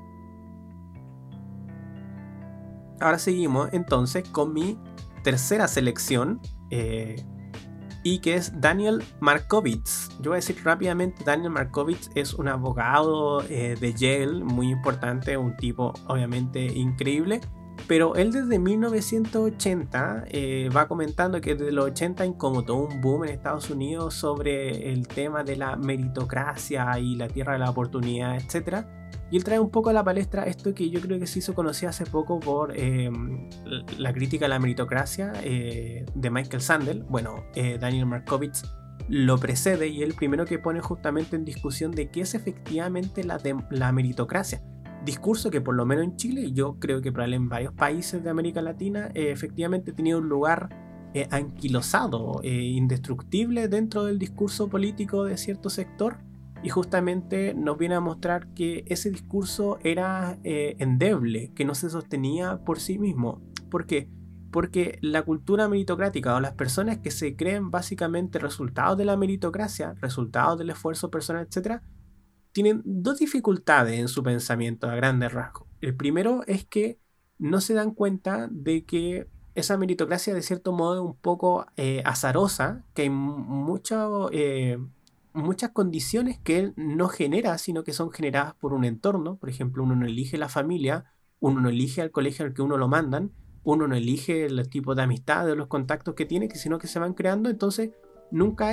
Ahora seguimos entonces con mi tercera selección, y que es Daniel Markovits. Yo voy a decir rápidamente, Daniel Markovits es un abogado de Yale muy importante, un tipo obviamente increíble. Pero él desde 1980 va comentando que desde los 80 hay como todo un boom en Estados Unidos sobre el tema de la meritocracia y la tierra de la oportunidad, etc. Y él trae un poco a la palestra esto que yo creo que se hizo conocido hace poco por la crítica a la meritocracia de Michael Sandel. Bueno, Daniel Markovits lo precede y él primero que pone justamente en discusión de qué es efectivamente la meritocracia. Discurso que por lo menos en Chile, y yo creo que probablemente en varios países de América Latina, efectivamente tenía un lugar anquilosado, indestructible dentro del discurso político de cierto sector. Y justamente nos viene a mostrar que ese discurso era endeble, que no se sostenía por sí mismo. ¿Por qué? Porque la cultura meritocrática o las personas que se creen básicamente resultados de la meritocracia, resultados del esfuerzo personal, etc., tienen dos dificultades en su pensamiento a grandes rasgos. El primero es que no se dan cuenta de que esa meritocracia de cierto modo es un poco azarosa, que hay muchas condiciones que él no genera, sino que son generadas por un entorno. Por ejemplo, uno no elige la familia, uno no elige al colegio al que uno lo mandan, uno no elige el tipo de amistad o los contactos que tiene, sino que se van creando. Entonces nunca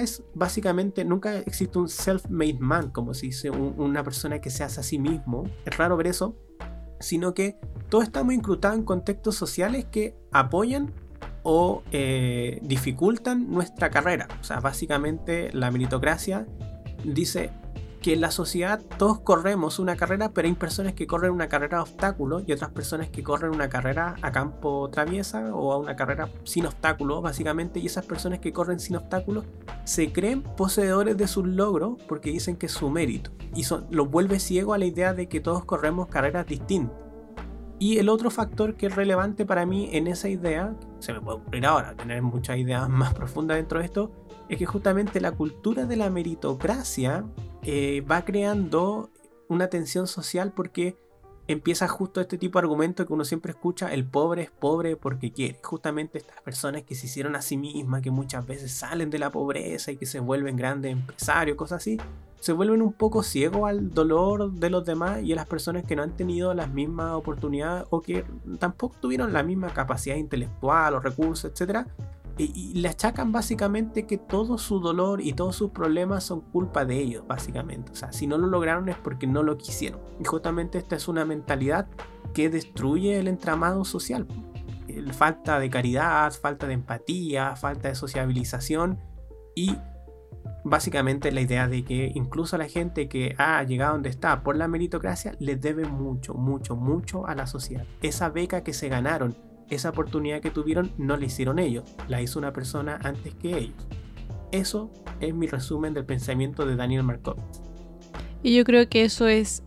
existe un self-made man, como se dice, una persona que se hace a sí mismo. Es raro ver eso, sino que todo está muy incrustado en contextos sociales que apoyan o dificultan nuestra carrera. O sea, básicamente la meritocracia dice que en la sociedad todos corremos una carrera, pero hay personas que corren una carrera a obstáculos y otras personas que corren una carrera a campo traviesa o a una carrera sin obstáculos, básicamente. Y esas personas que corren sin obstáculos se creen poseedores de sus logros porque dicen que es su mérito. Y los vuelve ciego a la idea de que todos corremos carreras distintas. Y el otro factor que es relevante para mí en esa idea, se me puede ocurrir ahora, tener muchas ideas más profundas dentro de esto, es que justamente la cultura de la meritocracia va creando una tensión social porque empieza justo este tipo de argumento que uno siempre escucha: el pobre es pobre porque quiere. Justamente estas personas que se hicieron a sí mismas, que muchas veces salen de la pobreza y que se vuelven grandes empresarios, cosas así, se vuelven un poco ciegos al dolor de los demás y a las personas que no han tenido las mismas oportunidades o que tampoco tuvieron la misma capacidad intelectual o recursos, etc. Y le achacan básicamente que todo su dolor y todos sus problemas son culpa de ellos, básicamente. O sea, si no lo lograron es porque no lo quisieron. Y justamente esta es una mentalidad que destruye el entramado social. Falta de caridad, falta de empatía, falta de sociabilización y básicamente la idea de que incluso la gente que ha llegado donde está por la meritocracia le debe mucho, mucho, mucho a la sociedad. Esa beca que se ganaron, esa oportunidad que tuvieron, no la hicieron ellos, la hizo una persona antes que ellos. Eso es mi resumen del pensamiento de Daniel Markovits. Y yo creo que eso es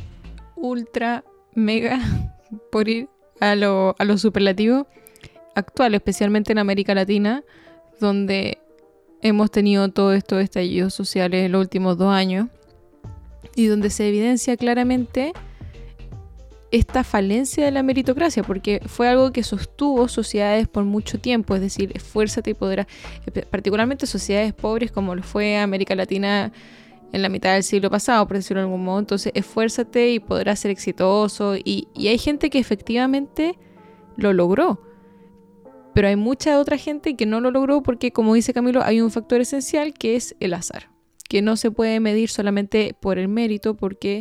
ultra, mega, por ir a lo superlativo, actual, especialmente en América Latina, donde hemos tenido todos estos estallidos sociales en los últimos 2 años y donde se evidencia claramente esta falencia de la meritocracia, porque fue algo que sostuvo sociedades por mucho tiempo. Es decir, esfuérzate y podrás, particularmente sociedades pobres como lo fue América Latina en la mitad del siglo pasado, por decirlo de algún modo. Entonces, esfuérzate y podrás ser exitoso, y hay gente que efectivamente lo logró, pero hay mucha otra gente que no lo logró porque, como dice Camilo, hay un factor esencial que es el azar, que no se puede medir solamente por el mérito, porque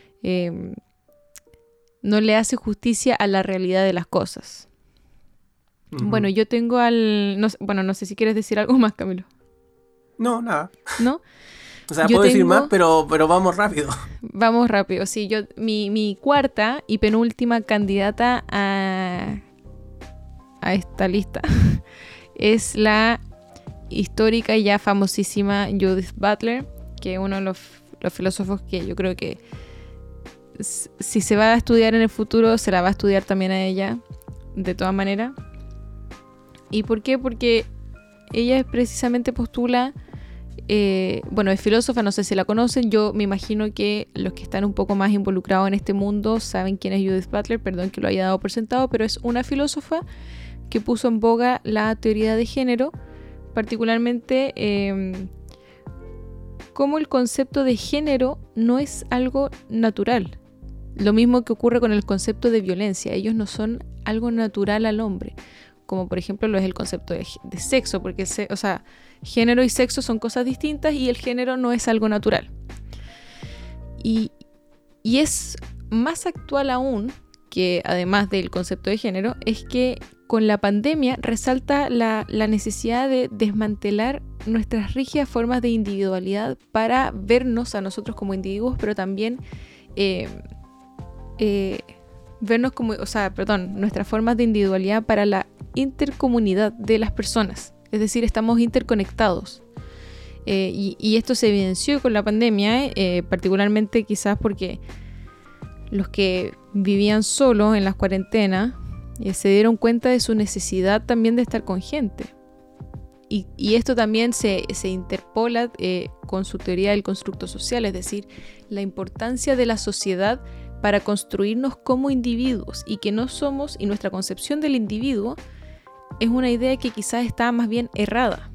no le hace justicia a la realidad de las cosas. Uh-huh. Bueno, yo tengo no sé si quieres decir algo más, Camilo. No, nada. ¿No? O sea, puedo decir más, pero vamos rápido. Vamos rápido, sí. Mi cuarta y penúltima candidata a esta lista es la histórica y ya famosísima Judith Butler, que es uno de los filósofos que yo creo que si se va a estudiar en el futuro, se la va a estudiar también a ella, de todas maneras. ¿Y por qué? Porque ella precisamente postula, es filósofa, no sé si la conocen, yo me imagino que los que están un poco más involucrados en este mundo saben quién es Judith Butler, perdón que lo haya dado por sentado, pero es una filósofa que puso en boga la teoría de género, particularmente cómo el concepto de género no es algo natural. Lo mismo que ocurre con el concepto de violencia. Ellos no son algo natural al hombre, como por ejemplo lo es el concepto de sexo, porque género y sexo son cosas distintas y el género no es algo natural. Y Y es más actual aún, que además del concepto de género, es que con la pandemia resalta la necesidad de desmantelar nuestras rígidas formas de individualidad para vernos a nosotros como individuos, pero también vernos como, nuestras formas de individualidad para la intercomunidad de las personas. Es decir, estamos interconectados. Y esto se evidenció con la pandemia, particularmente quizás porque los que vivían solos en las cuarentenas se dieron cuenta de su necesidad también de estar con gente. Y esto también se interpola con su teoría del constructo social, es decir, la importancia de la sociedad para construirnos como individuos, y que no somos, y nuestra concepción del individuo es una idea que quizás está más bien errada.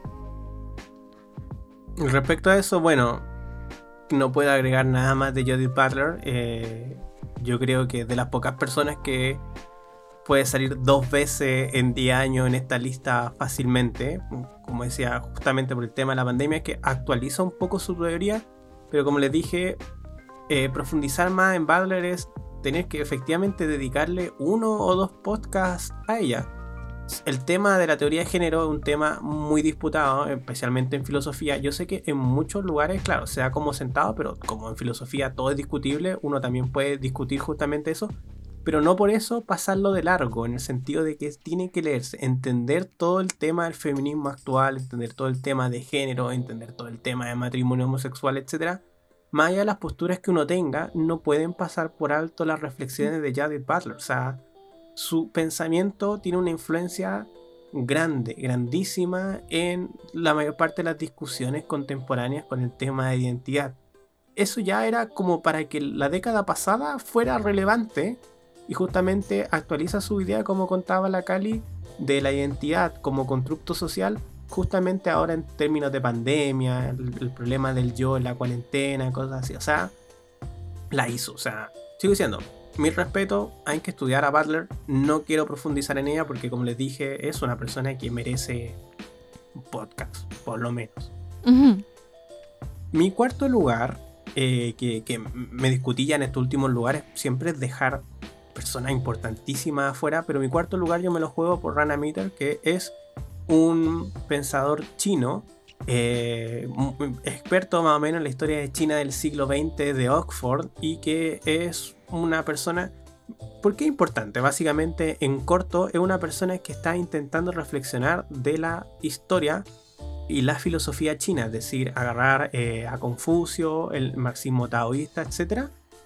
Respecto a eso, bueno, no puedo agregar nada más de Judith Butler. Yo creo que de las pocas personas que puede salir 2 veces en 10 años en esta lista fácilmente, como decía, justamente por el tema de la pandemia, que actualiza un poco su teoría, pero como les dije, profundizar más en Butler es tener que efectivamente dedicarle 1 o 2 podcasts a ella. El tema de la teoría de género es un tema muy disputado, especialmente en filosofía. Yo sé que en muchos lugares, claro, se da como sentado, pero como en filosofía todo es discutible, uno también puede discutir justamente eso, pero no por eso pasarlo de largo, en el sentido de que tiene que leerse, entender todo el tema del feminismo actual, entender todo el tema de género, entender todo el tema de matrimonio homosexual, etc. Más allá de las posturas que uno tenga, no pueden pasar por alto las reflexiones de Judith Butler. O sea, su pensamiento tiene una influencia grande, grandísima en la mayor parte de las discusiones contemporáneas con el tema de identidad. Eso ya era como para que la década pasada fuera relevante, y justamente actualiza su idea, como contaba la Cali, de la identidad como constructo social, justamente ahora en términos de pandemia, el problema del yo en la cuarentena, cosas así. O sea, la hizo. O sea, sigo diciendo, mi respeto, hay que estudiar a Butler. No quiero profundizar en ella porque, como les dije, es una persona que merece un podcast, por lo menos. Uh-huh. Mi cuarto lugar, que me discutí ya en estos últimos lugares, siempre es dejar personas importantísimas afuera, pero mi cuarto lugar yo me lo juego por Rana Mitter, que es un pensador chino, experto más o menos en la historia de China del siglo XX de Oxford, y que es una persona... ¿Por qué es importante? Básicamente, en corto, es una persona que está intentando reflexionar de la historia y la filosofía china, es decir, agarrar a Confucio, el marxismo taoísta, etc.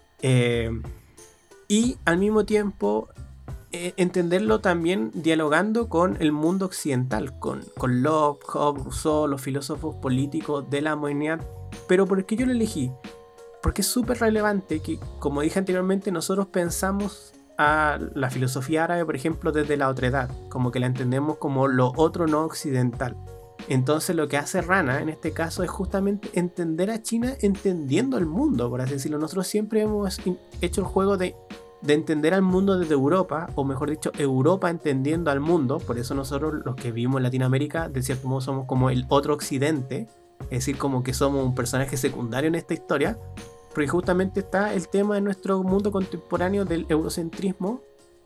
Y al mismo tiempo entenderlo también dialogando con el mundo occidental, con Locke, Hobbes, Rousseau, los filósofos políticos de la modernidad. Pero ¿por qué yo lo elegí? Porque es súper relevante que, como dije anteriormente, nosotros pensamos a la filosofía árabe, por ejemplo, desde la otredad, como que la entendemos como lo otro no occidental. Entonces lo que hace Rana en este caso es justamente entender a China entendiendo el mundo, por así decirlo. Nosotros siempre hemos hecho el juego de entender al mundo desde Europa, o mejor dicho, Europa entendiendo al mundo. Por eso nosotros, los que vivimos en Latinoamérica, de cierto modo somos como el otro occidente, es decir, como que somos un personaje secundario en esta historia, porque justamente está el tema de nuestro mundo contemporáneo del eurocentrismo.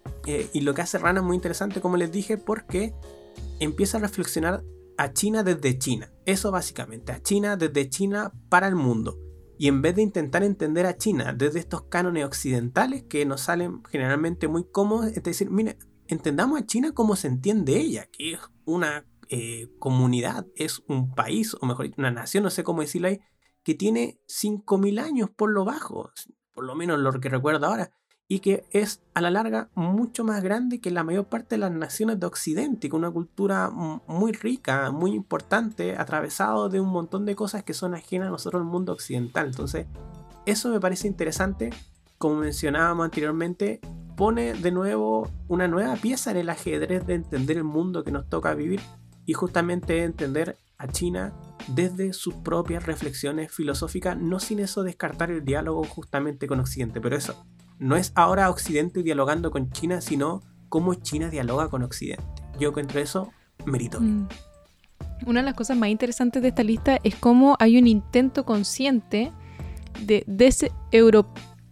Y lo que hace Rana es muy interesante, como les dije, porque empieza a reflexionar a China desde China. Eso básicamente, a China desde China para el mundo. Y en vez de intentar entender a China desde estos cánones occidentales que nos salen generalmente muy cómodos, es decir, mire, entendamos a China como se entiende ella, que es una comunidad, es un país, o mejor dicho, una nación, no sé cómo decirlo ahí, que tiene 5.000 años por lo bajo, por lo menos lo que recuerdo ahora, y que es a la larga mucho más grande que la mayor parte de las naciones de Occidente, con una cultura muy rica, muy importante, atravesado de un montón de cosas que son ajenas a nosotros, el mundo occidental. Entonces, eso me parece interesante. Como mencionábamos anteriormente, pone de nuevo una nueva pieza en el ajedrez de entender el mundo que nos toca vivir, y justamente entender a China desde sus propias reflexiones filosóficas, no sin eso descartar el diálogo justamente con Occidente. Pero eso no es ahora Occidente dialogando con China, sino cómo China dialoga con Occidente. Yo encuentro eso meritorio. Una de las cosas más interesantes de esta lista es cómo hay un intento consciente de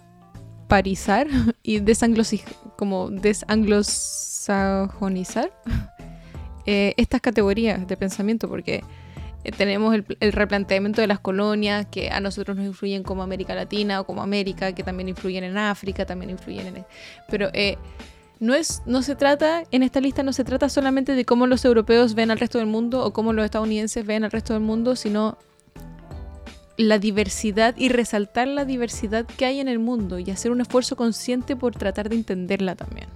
parizar y desanglosajonizar estas categorías de pensamiento, porque tenemos el replanteamiento de las colonias que a nosotros nos influyen como América Latina o como América, que también influyen en África, también influyen en... Pero no se trata, en esta lista no se trata solamente de cómo los europeos ven al resto del mundo o cómo los estadounidenses ven al resto del mundo, sino la diversidad y resaltar la diversidad que hay en el mundo y hacer un esfuerzo consciente por tratar de entenderla también.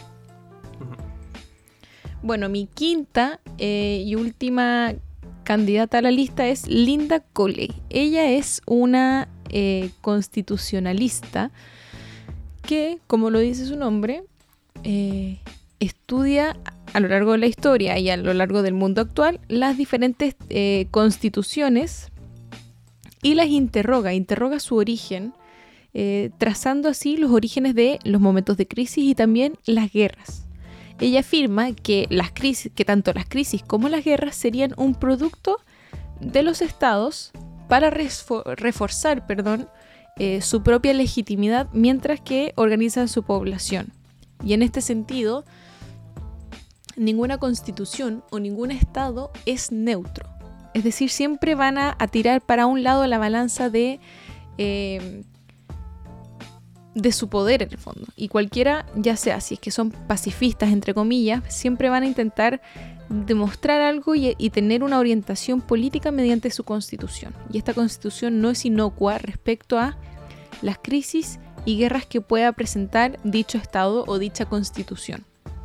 Bueno, mi quinta y última candidata a la lista es Linda Colley. Ella es una constitucionalista que, como lo dice su nombre, estudia a lo largo de la historia y a lo largo del mundo actual las diferentes constituciones y las interroga su origen, trazando así los orígenes de los momentos de crisis y también las guerras. Ella afirma que tanto las crisis como las guerras serían un producto de los estados para reforzar su propia legitimidad mientras que organizan su población. Y en este sentido, ninguna constitución o ningún estado es neutro. Es decir, siempre van a tirar para un lado la balanza de su poder en el fondo. Y cualquiera, ya sea si es que son pacifistas, entre comillas, siempre van a intentar demostrar algo y tener una orientación política mediante su constitución. Y esta constitución no es inocua respecto a las crisis y guerras que pueda presentar dicho estado o dicha constitución.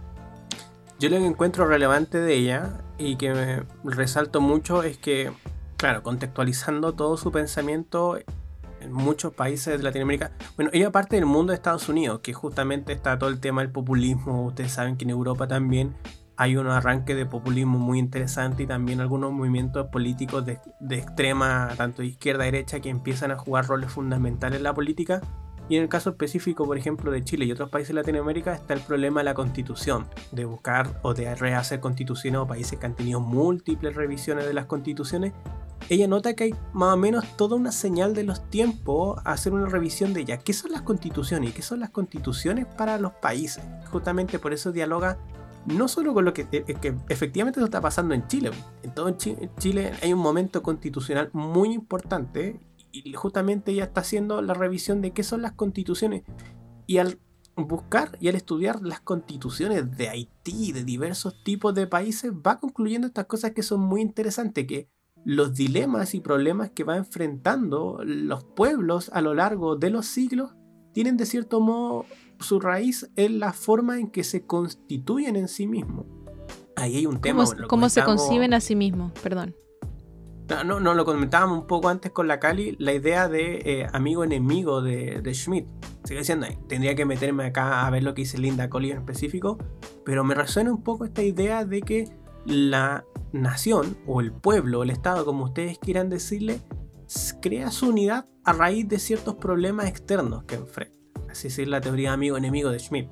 Yo lo que encuentro relevante de ella y que me resalto mucho es que, claro, contextualizando todo su pensamiento en muchos países de Latinoamérica. Bueno, ella parte del mundo de Estados Unidos, que justamente está todo el tema del populismo. Ustedes saben que en Europa también hay un arranque de populismo muy interesante y también algunos movimientos políticos de extrema, tanto de izquierda a derecha, que empiezan a jugar roles fundamentales en la política. Y en el caso específico, por ejemplo, de Chile y otros países de Latinoamérica, está el problema de la constitución, de buscar o de rehacer constituciones, o países que han tenido múltiples revisiones de las constituciones. Ella nota que hay más o menos toda una señal de los tiempos a hacer una revisión de ella. ¿Qué son las constituciones? ¿Y qué son las constituciones para los países? Justamente por eso dialoga no solo con lo que efectivamente eso está pasando en Chile. En todo Chile hay un momento constitucional muy importante y justamente ella está haciendo la revisión de qué son las constituciones. Y al buscar y al estudiar las constituciones de Haití, de diversos tipos de países, va concluyendo estas cosas que son muy interesantes, que los dilemas y problemas que va enfrentando los pueblos a lo largo de los siglos tienen de cierto modo su raíz en la forma en que se constituyen en sí mismos. Ahí hay un tema. ¿Cómo se conciben a sí mismos? Perdón. No, lo comentábamos un poco antes con la Cali, la idea de amigo-enemigo de Schmitt. Sigue diciendo, tendría que meterme acá a ver lo que dice Linda Colley en específico, pero me resuena un poco esta idea de que la nación, o el pueblo, o el estado, como ustedes quieran decirle, crea su unidad a raíz de ciertos problemas externos que enfrenta. Así es la teoría amigo-enemigo de Schmitt.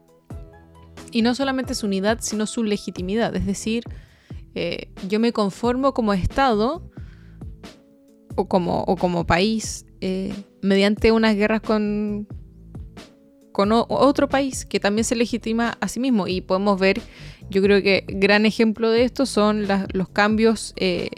Y no solamente su unidad, sino su legitimidad. Es decir, yo me conformo como estado o como país mediante unas guerras con otro país que también se legitima a sí mismo. Y podemos ver, yo creo que gran ejemplo de esto son los cambios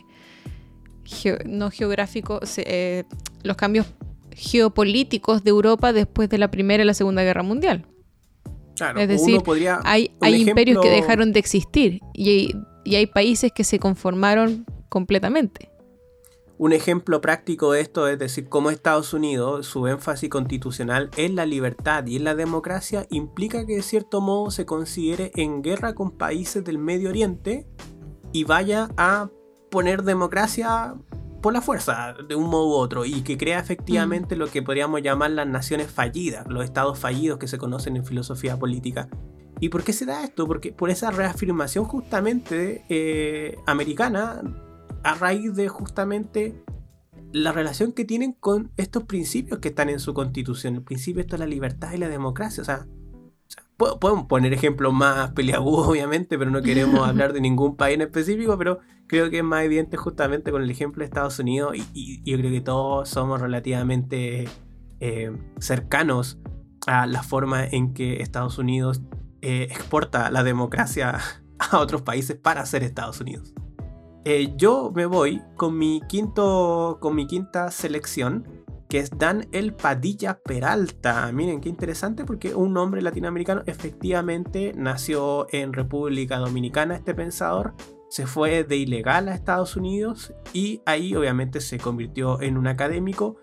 no geográficos, los cambios geopolíticos de Europa después de la Primera y la Segunda Guerra Mundial. Claro, es decir, hay imperios que dejaron de existir y hay países que se conformaron completamente. Un ejemplo práctico de esto es decir, cómo Estados Unidos, su énfasis constitucional en la libertad y en la democracia implica que de cierto modo se considere en guerra con países del Medio Oriente y vaya a poner democracia por la fuerza, de un modo u otro, y que crea efectivamente lo que podríamos llamar las naciones fallidas, los estados fallidos que se conocen en filosofía política. ¿Y por qué se da esto? Porque por esa reafirmación justamente americana, a raíz de justamente la relación que tienen con estos principios que están en su constitución. El principio esto es la libertad y la democracia. O sea, podemos poner ejemplos más peliagudos, obviamente, pero no queremos hablar de ningún país en específico, pero creo que es más evidente justamente con el ejemplo de Estados Unidos y yo creo que todos somos relativamente cercanos a la forma en que Estados Unidos exporta la democracia a otros países para ser Estados Unidos. Yo me voy con mi quinta selección, que es Dan El Padilla Peralta. Miren qué interesante, porque un hombre latinoamericano, efectivamente nació en República Dominicana. Este pensador se fue de ilegal a Estados Unidos y ahí obviamente se convirtió en un académico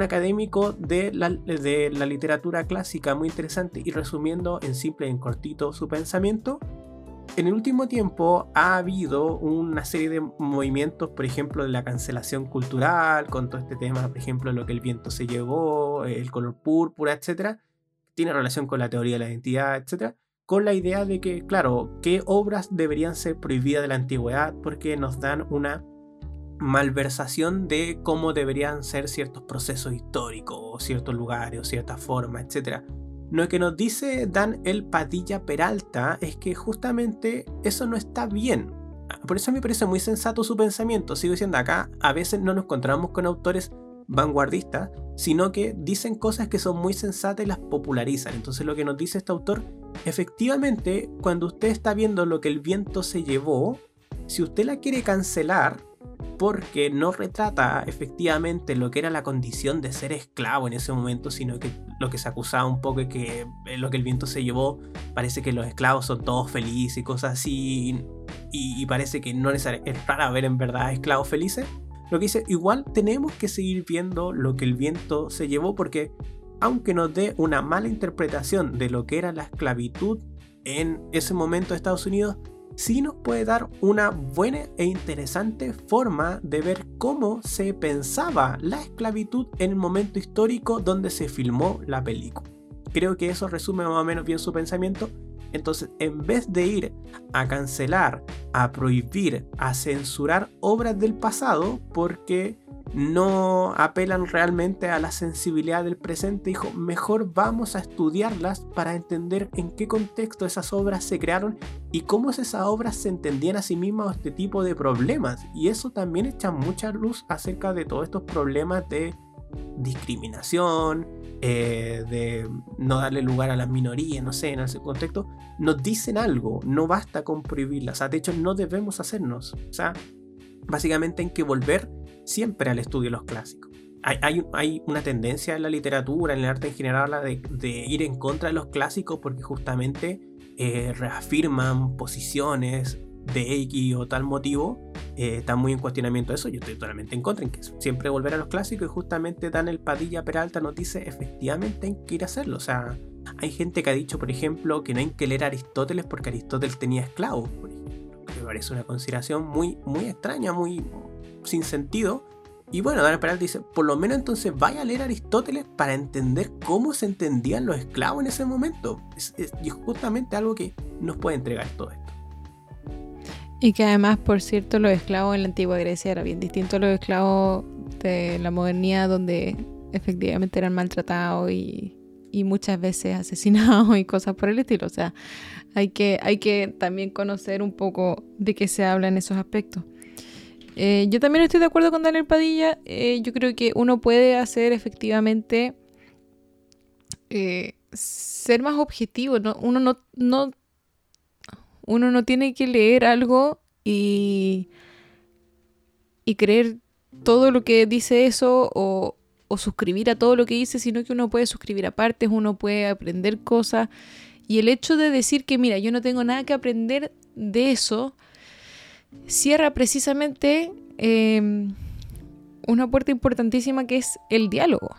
de la literatura clásica, muy interesante. Y resumiendo en simple y en cortito su pensamiento, en el último tiempo ha habido una serie de movimientos, por ejemplo, de la cancelación cultural, con todo este tema, por ejemplo, lo que el viento se llevó, el color púrpura, etcétera. Tiene relación con la teoría de la identidad, etcétera, con la idea de que, claro, qué obras deberían ser prohibidas de la antigüedad porque nos dan una malversación de cómo deberían ser ciertos procesos históricos, o ciertos lugares, o ciertas formas, etcétera. Lo que nos dice Dan El Padilla Peralta es que justamente eso no está bien. Por eso me parece muy sensato su pensamiento. Sigo diciendo, acá a veces no nos encontramos con autores vanguardistas, sino que dicen cosas que son muy sensatas y las popularizan. Entonces lo que nos dice este autor, efectivamente, cuando usted está viendo lo que el viento se llevó, si usted la quiere cancelar porque no retrata efectivamente lo que era la condición de ser esclavo en ese momento, sino que lo que se acusaba un poco es que lo que el viento se llevó, parece que los esclavos son todos felices y cosas así, y parece que no es raro ver en verdad esclavos felices. Lo que dice, igual tenemos que seguir viendo lo que el viento se llevó, porque aunque nos dé una mala interpretación de lo que era la esclavitud en ese momento de Estados Unidos, sí nos puede dar una buena e interesante forma de ver cómo se pensaba la esclavitud en el momento histórico donde se filmó la película. Creo que eso resume más o menos bien su pensamiento. Entonces, en vez de ir a cancelar, a prohibir, a censurar obras del pasado porque no apelan realmente a la sensibilidad del presente, dijo, mejor vamos a estudiarlas para entender en qué contexto esas obras se crearon y cómo esas obras se entendían a sí mismas o este tipo de problemas. Y eso también echa mucha luz acerca de todos estos problemas de discriminación, de no darle lugar a las minorías, no sé, en ese contexto. Nos dicen algo, no basta con prohibirlas, o sea, de hecho no debemos hacernos, o sea, básicamente hay que volver siempre al estudio de los clásicos. Hay una tendencia en la literatura, en el arte en general, de ir en contra de los clásicos porque justamente reafirman posiciones de X o tal motivo. Está muy en cuestionamiento eso. Yo estoy totalmente en contra, en que siempre volver a los clásicos, y justamente Dan El Padilla Peralta nos dice efectivamente hay que ir a hacerlo. O sea, hay gente que ha dicho, por ejemplo, que no hay que leer a Aristóteles porque Aristóteles tenía esclavos, por ejemplo. Me parece una consideración muy, muy extraña, muy sin sentido. Y bueno, Dan El Peralta dice, por lo menos entonces vaya a leer a Aristóteles para entender cómo se entendían los esclavos en ese momento. Y justamente algo que nos puede entregar todo esto. Y que además, por cierto, los esclavos en la antigua Grecia eran bien distintos a los esclavos de la modernidad, donde efectivamente eran maltratados y muchas veces asesinados y cosas por el estilo. O sea, hay que también conocer un poco de qué se habla en esos aspectos. Yo también estoy de acuerdo con Daniel Padilla. Yo creo que uno puede hacer efectivamente ser más objetivo, ¿no? Uno no tiene que leer algo y creer todo lo que dice eso o suscribir a todo lo que dice, sino que uno puede suscribir a partes, uno puede aprender cosas. Y el hecho de decir que, mira, yo no tengo nada que aprender de eso, cierra precisamente una puerta importantísima que es el diálogo.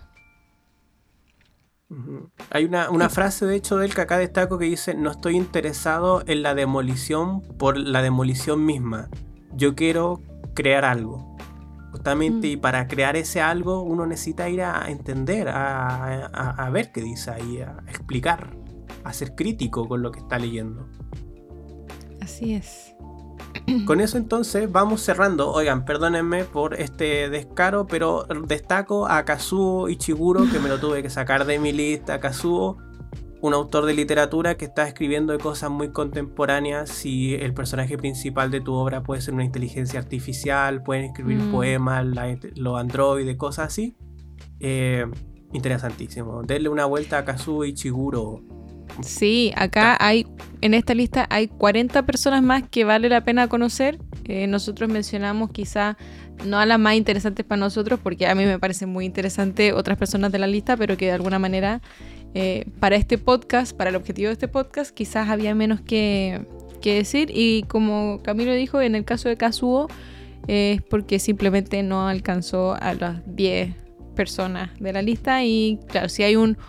Hay una frase de hecho de él que acá destaco que dice: no estoy interesado en la demolición por la demolición misma, yo quiero crear algo. Justamente, y para crear ese algo uno necesita ir a entender, a ver qué dice ahí, a explicar, a ser crítico con lo que está leyendo. Así es. Con eso entonces vamos cerrando. Oigan, perdónenme por este descaro, pero destaco a Kazuo Ishiguro, que me lo tuve que sacar de mi lista. Kazuo, un autor de literatura que está escribiendo de cosas muy contemporáneas. Si el personaje principal de tu obra puede ser una inteligencia artificial, pueden escribir poemas, los androides, cosas así. interesantísimo. Denle una vuelta a Kazuo Ichiguro. Sí, acá en esta lista hay 40 personas más que vale la pena conocer. Nosotros mencionamos quizá no a las más interesantes para nosotros, porque a mí me parecen muy interesantes otras personas de la lista, pero que de alguna manera para este podcast, para el objetivo de este podcast, quizás había menos que decir. Y como Camilo dijo, en el caso de Kazuo, es porque simplemente no alcanzó a las 10 personas de la lista. Y claro, si hay un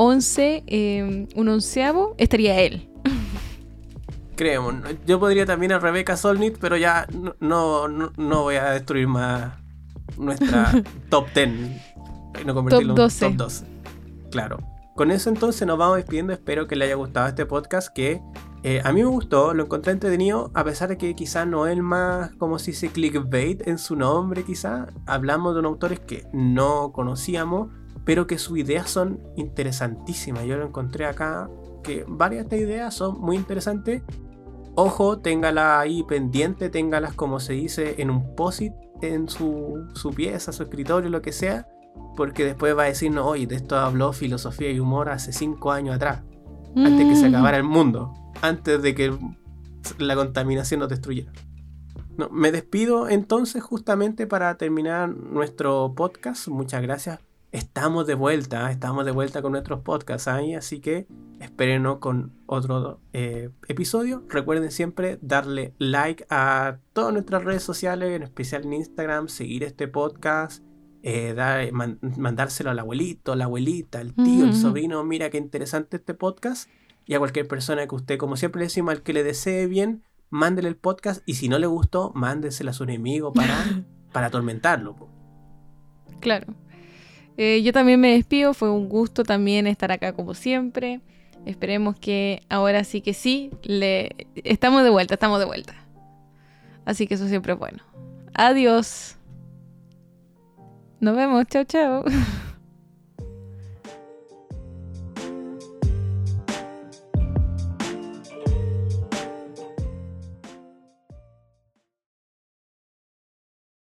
11, un onceavo, estaría él. Creemos. Yo podría también a Rebecca Solnit, pero ya no voy a destruir más nuestra top 10. No convertirlo Top 12. en top 12. Claro. Con eso entonces nos vamos despidiendo. Espero que les haya gustado este podcast, que a mí me gustó, lo encontré entretenido, a pesar de que quizás no es el más, como se dice, clickbait en su nombre quizás. Hablamos de unos autores que no conocíamos, pero que sus ideas son interesantísimas. Yo lo encontré acá, que varias de estas ideas son muy interesantes. Ojo, téngala ahí pendiente, téngalas como se dice en un post-it en su pieza, su escritorio, lo que sea, porque después va a decirnos, oye, de esto habló Filosofía y Humor hace 5 años atrás, antes que se acabara el mundo, antes de que la contaminación nos destruyera. No, me despido entonces justamente para terminar nuestro podcast. Muchas gracias. Estamos de vuelta con nuestros podcasts ahí, así que espérenos con otro episodio. Recuerden siempre darle like a todas nuestras redes sociales, en especial en Instagram, seguir este podcast, mandárselo al abuelito, a la abuelita, al tío, el sobrino. Mira qué interesante este podcast. Y a cualquier persona que usted, como siempre le decimos, al que le desee bien, mándele el podcast, y si no le gustó, mándeselo a su enemigo para atormentarlo. Claro. Yo también me despido, fue un gusto también estar acá como siempre. Esperemos que ahora sí que sí, estamos de vuelta. Así que eso siempre es bueno. Adiós. Nos vemos, chao, chao.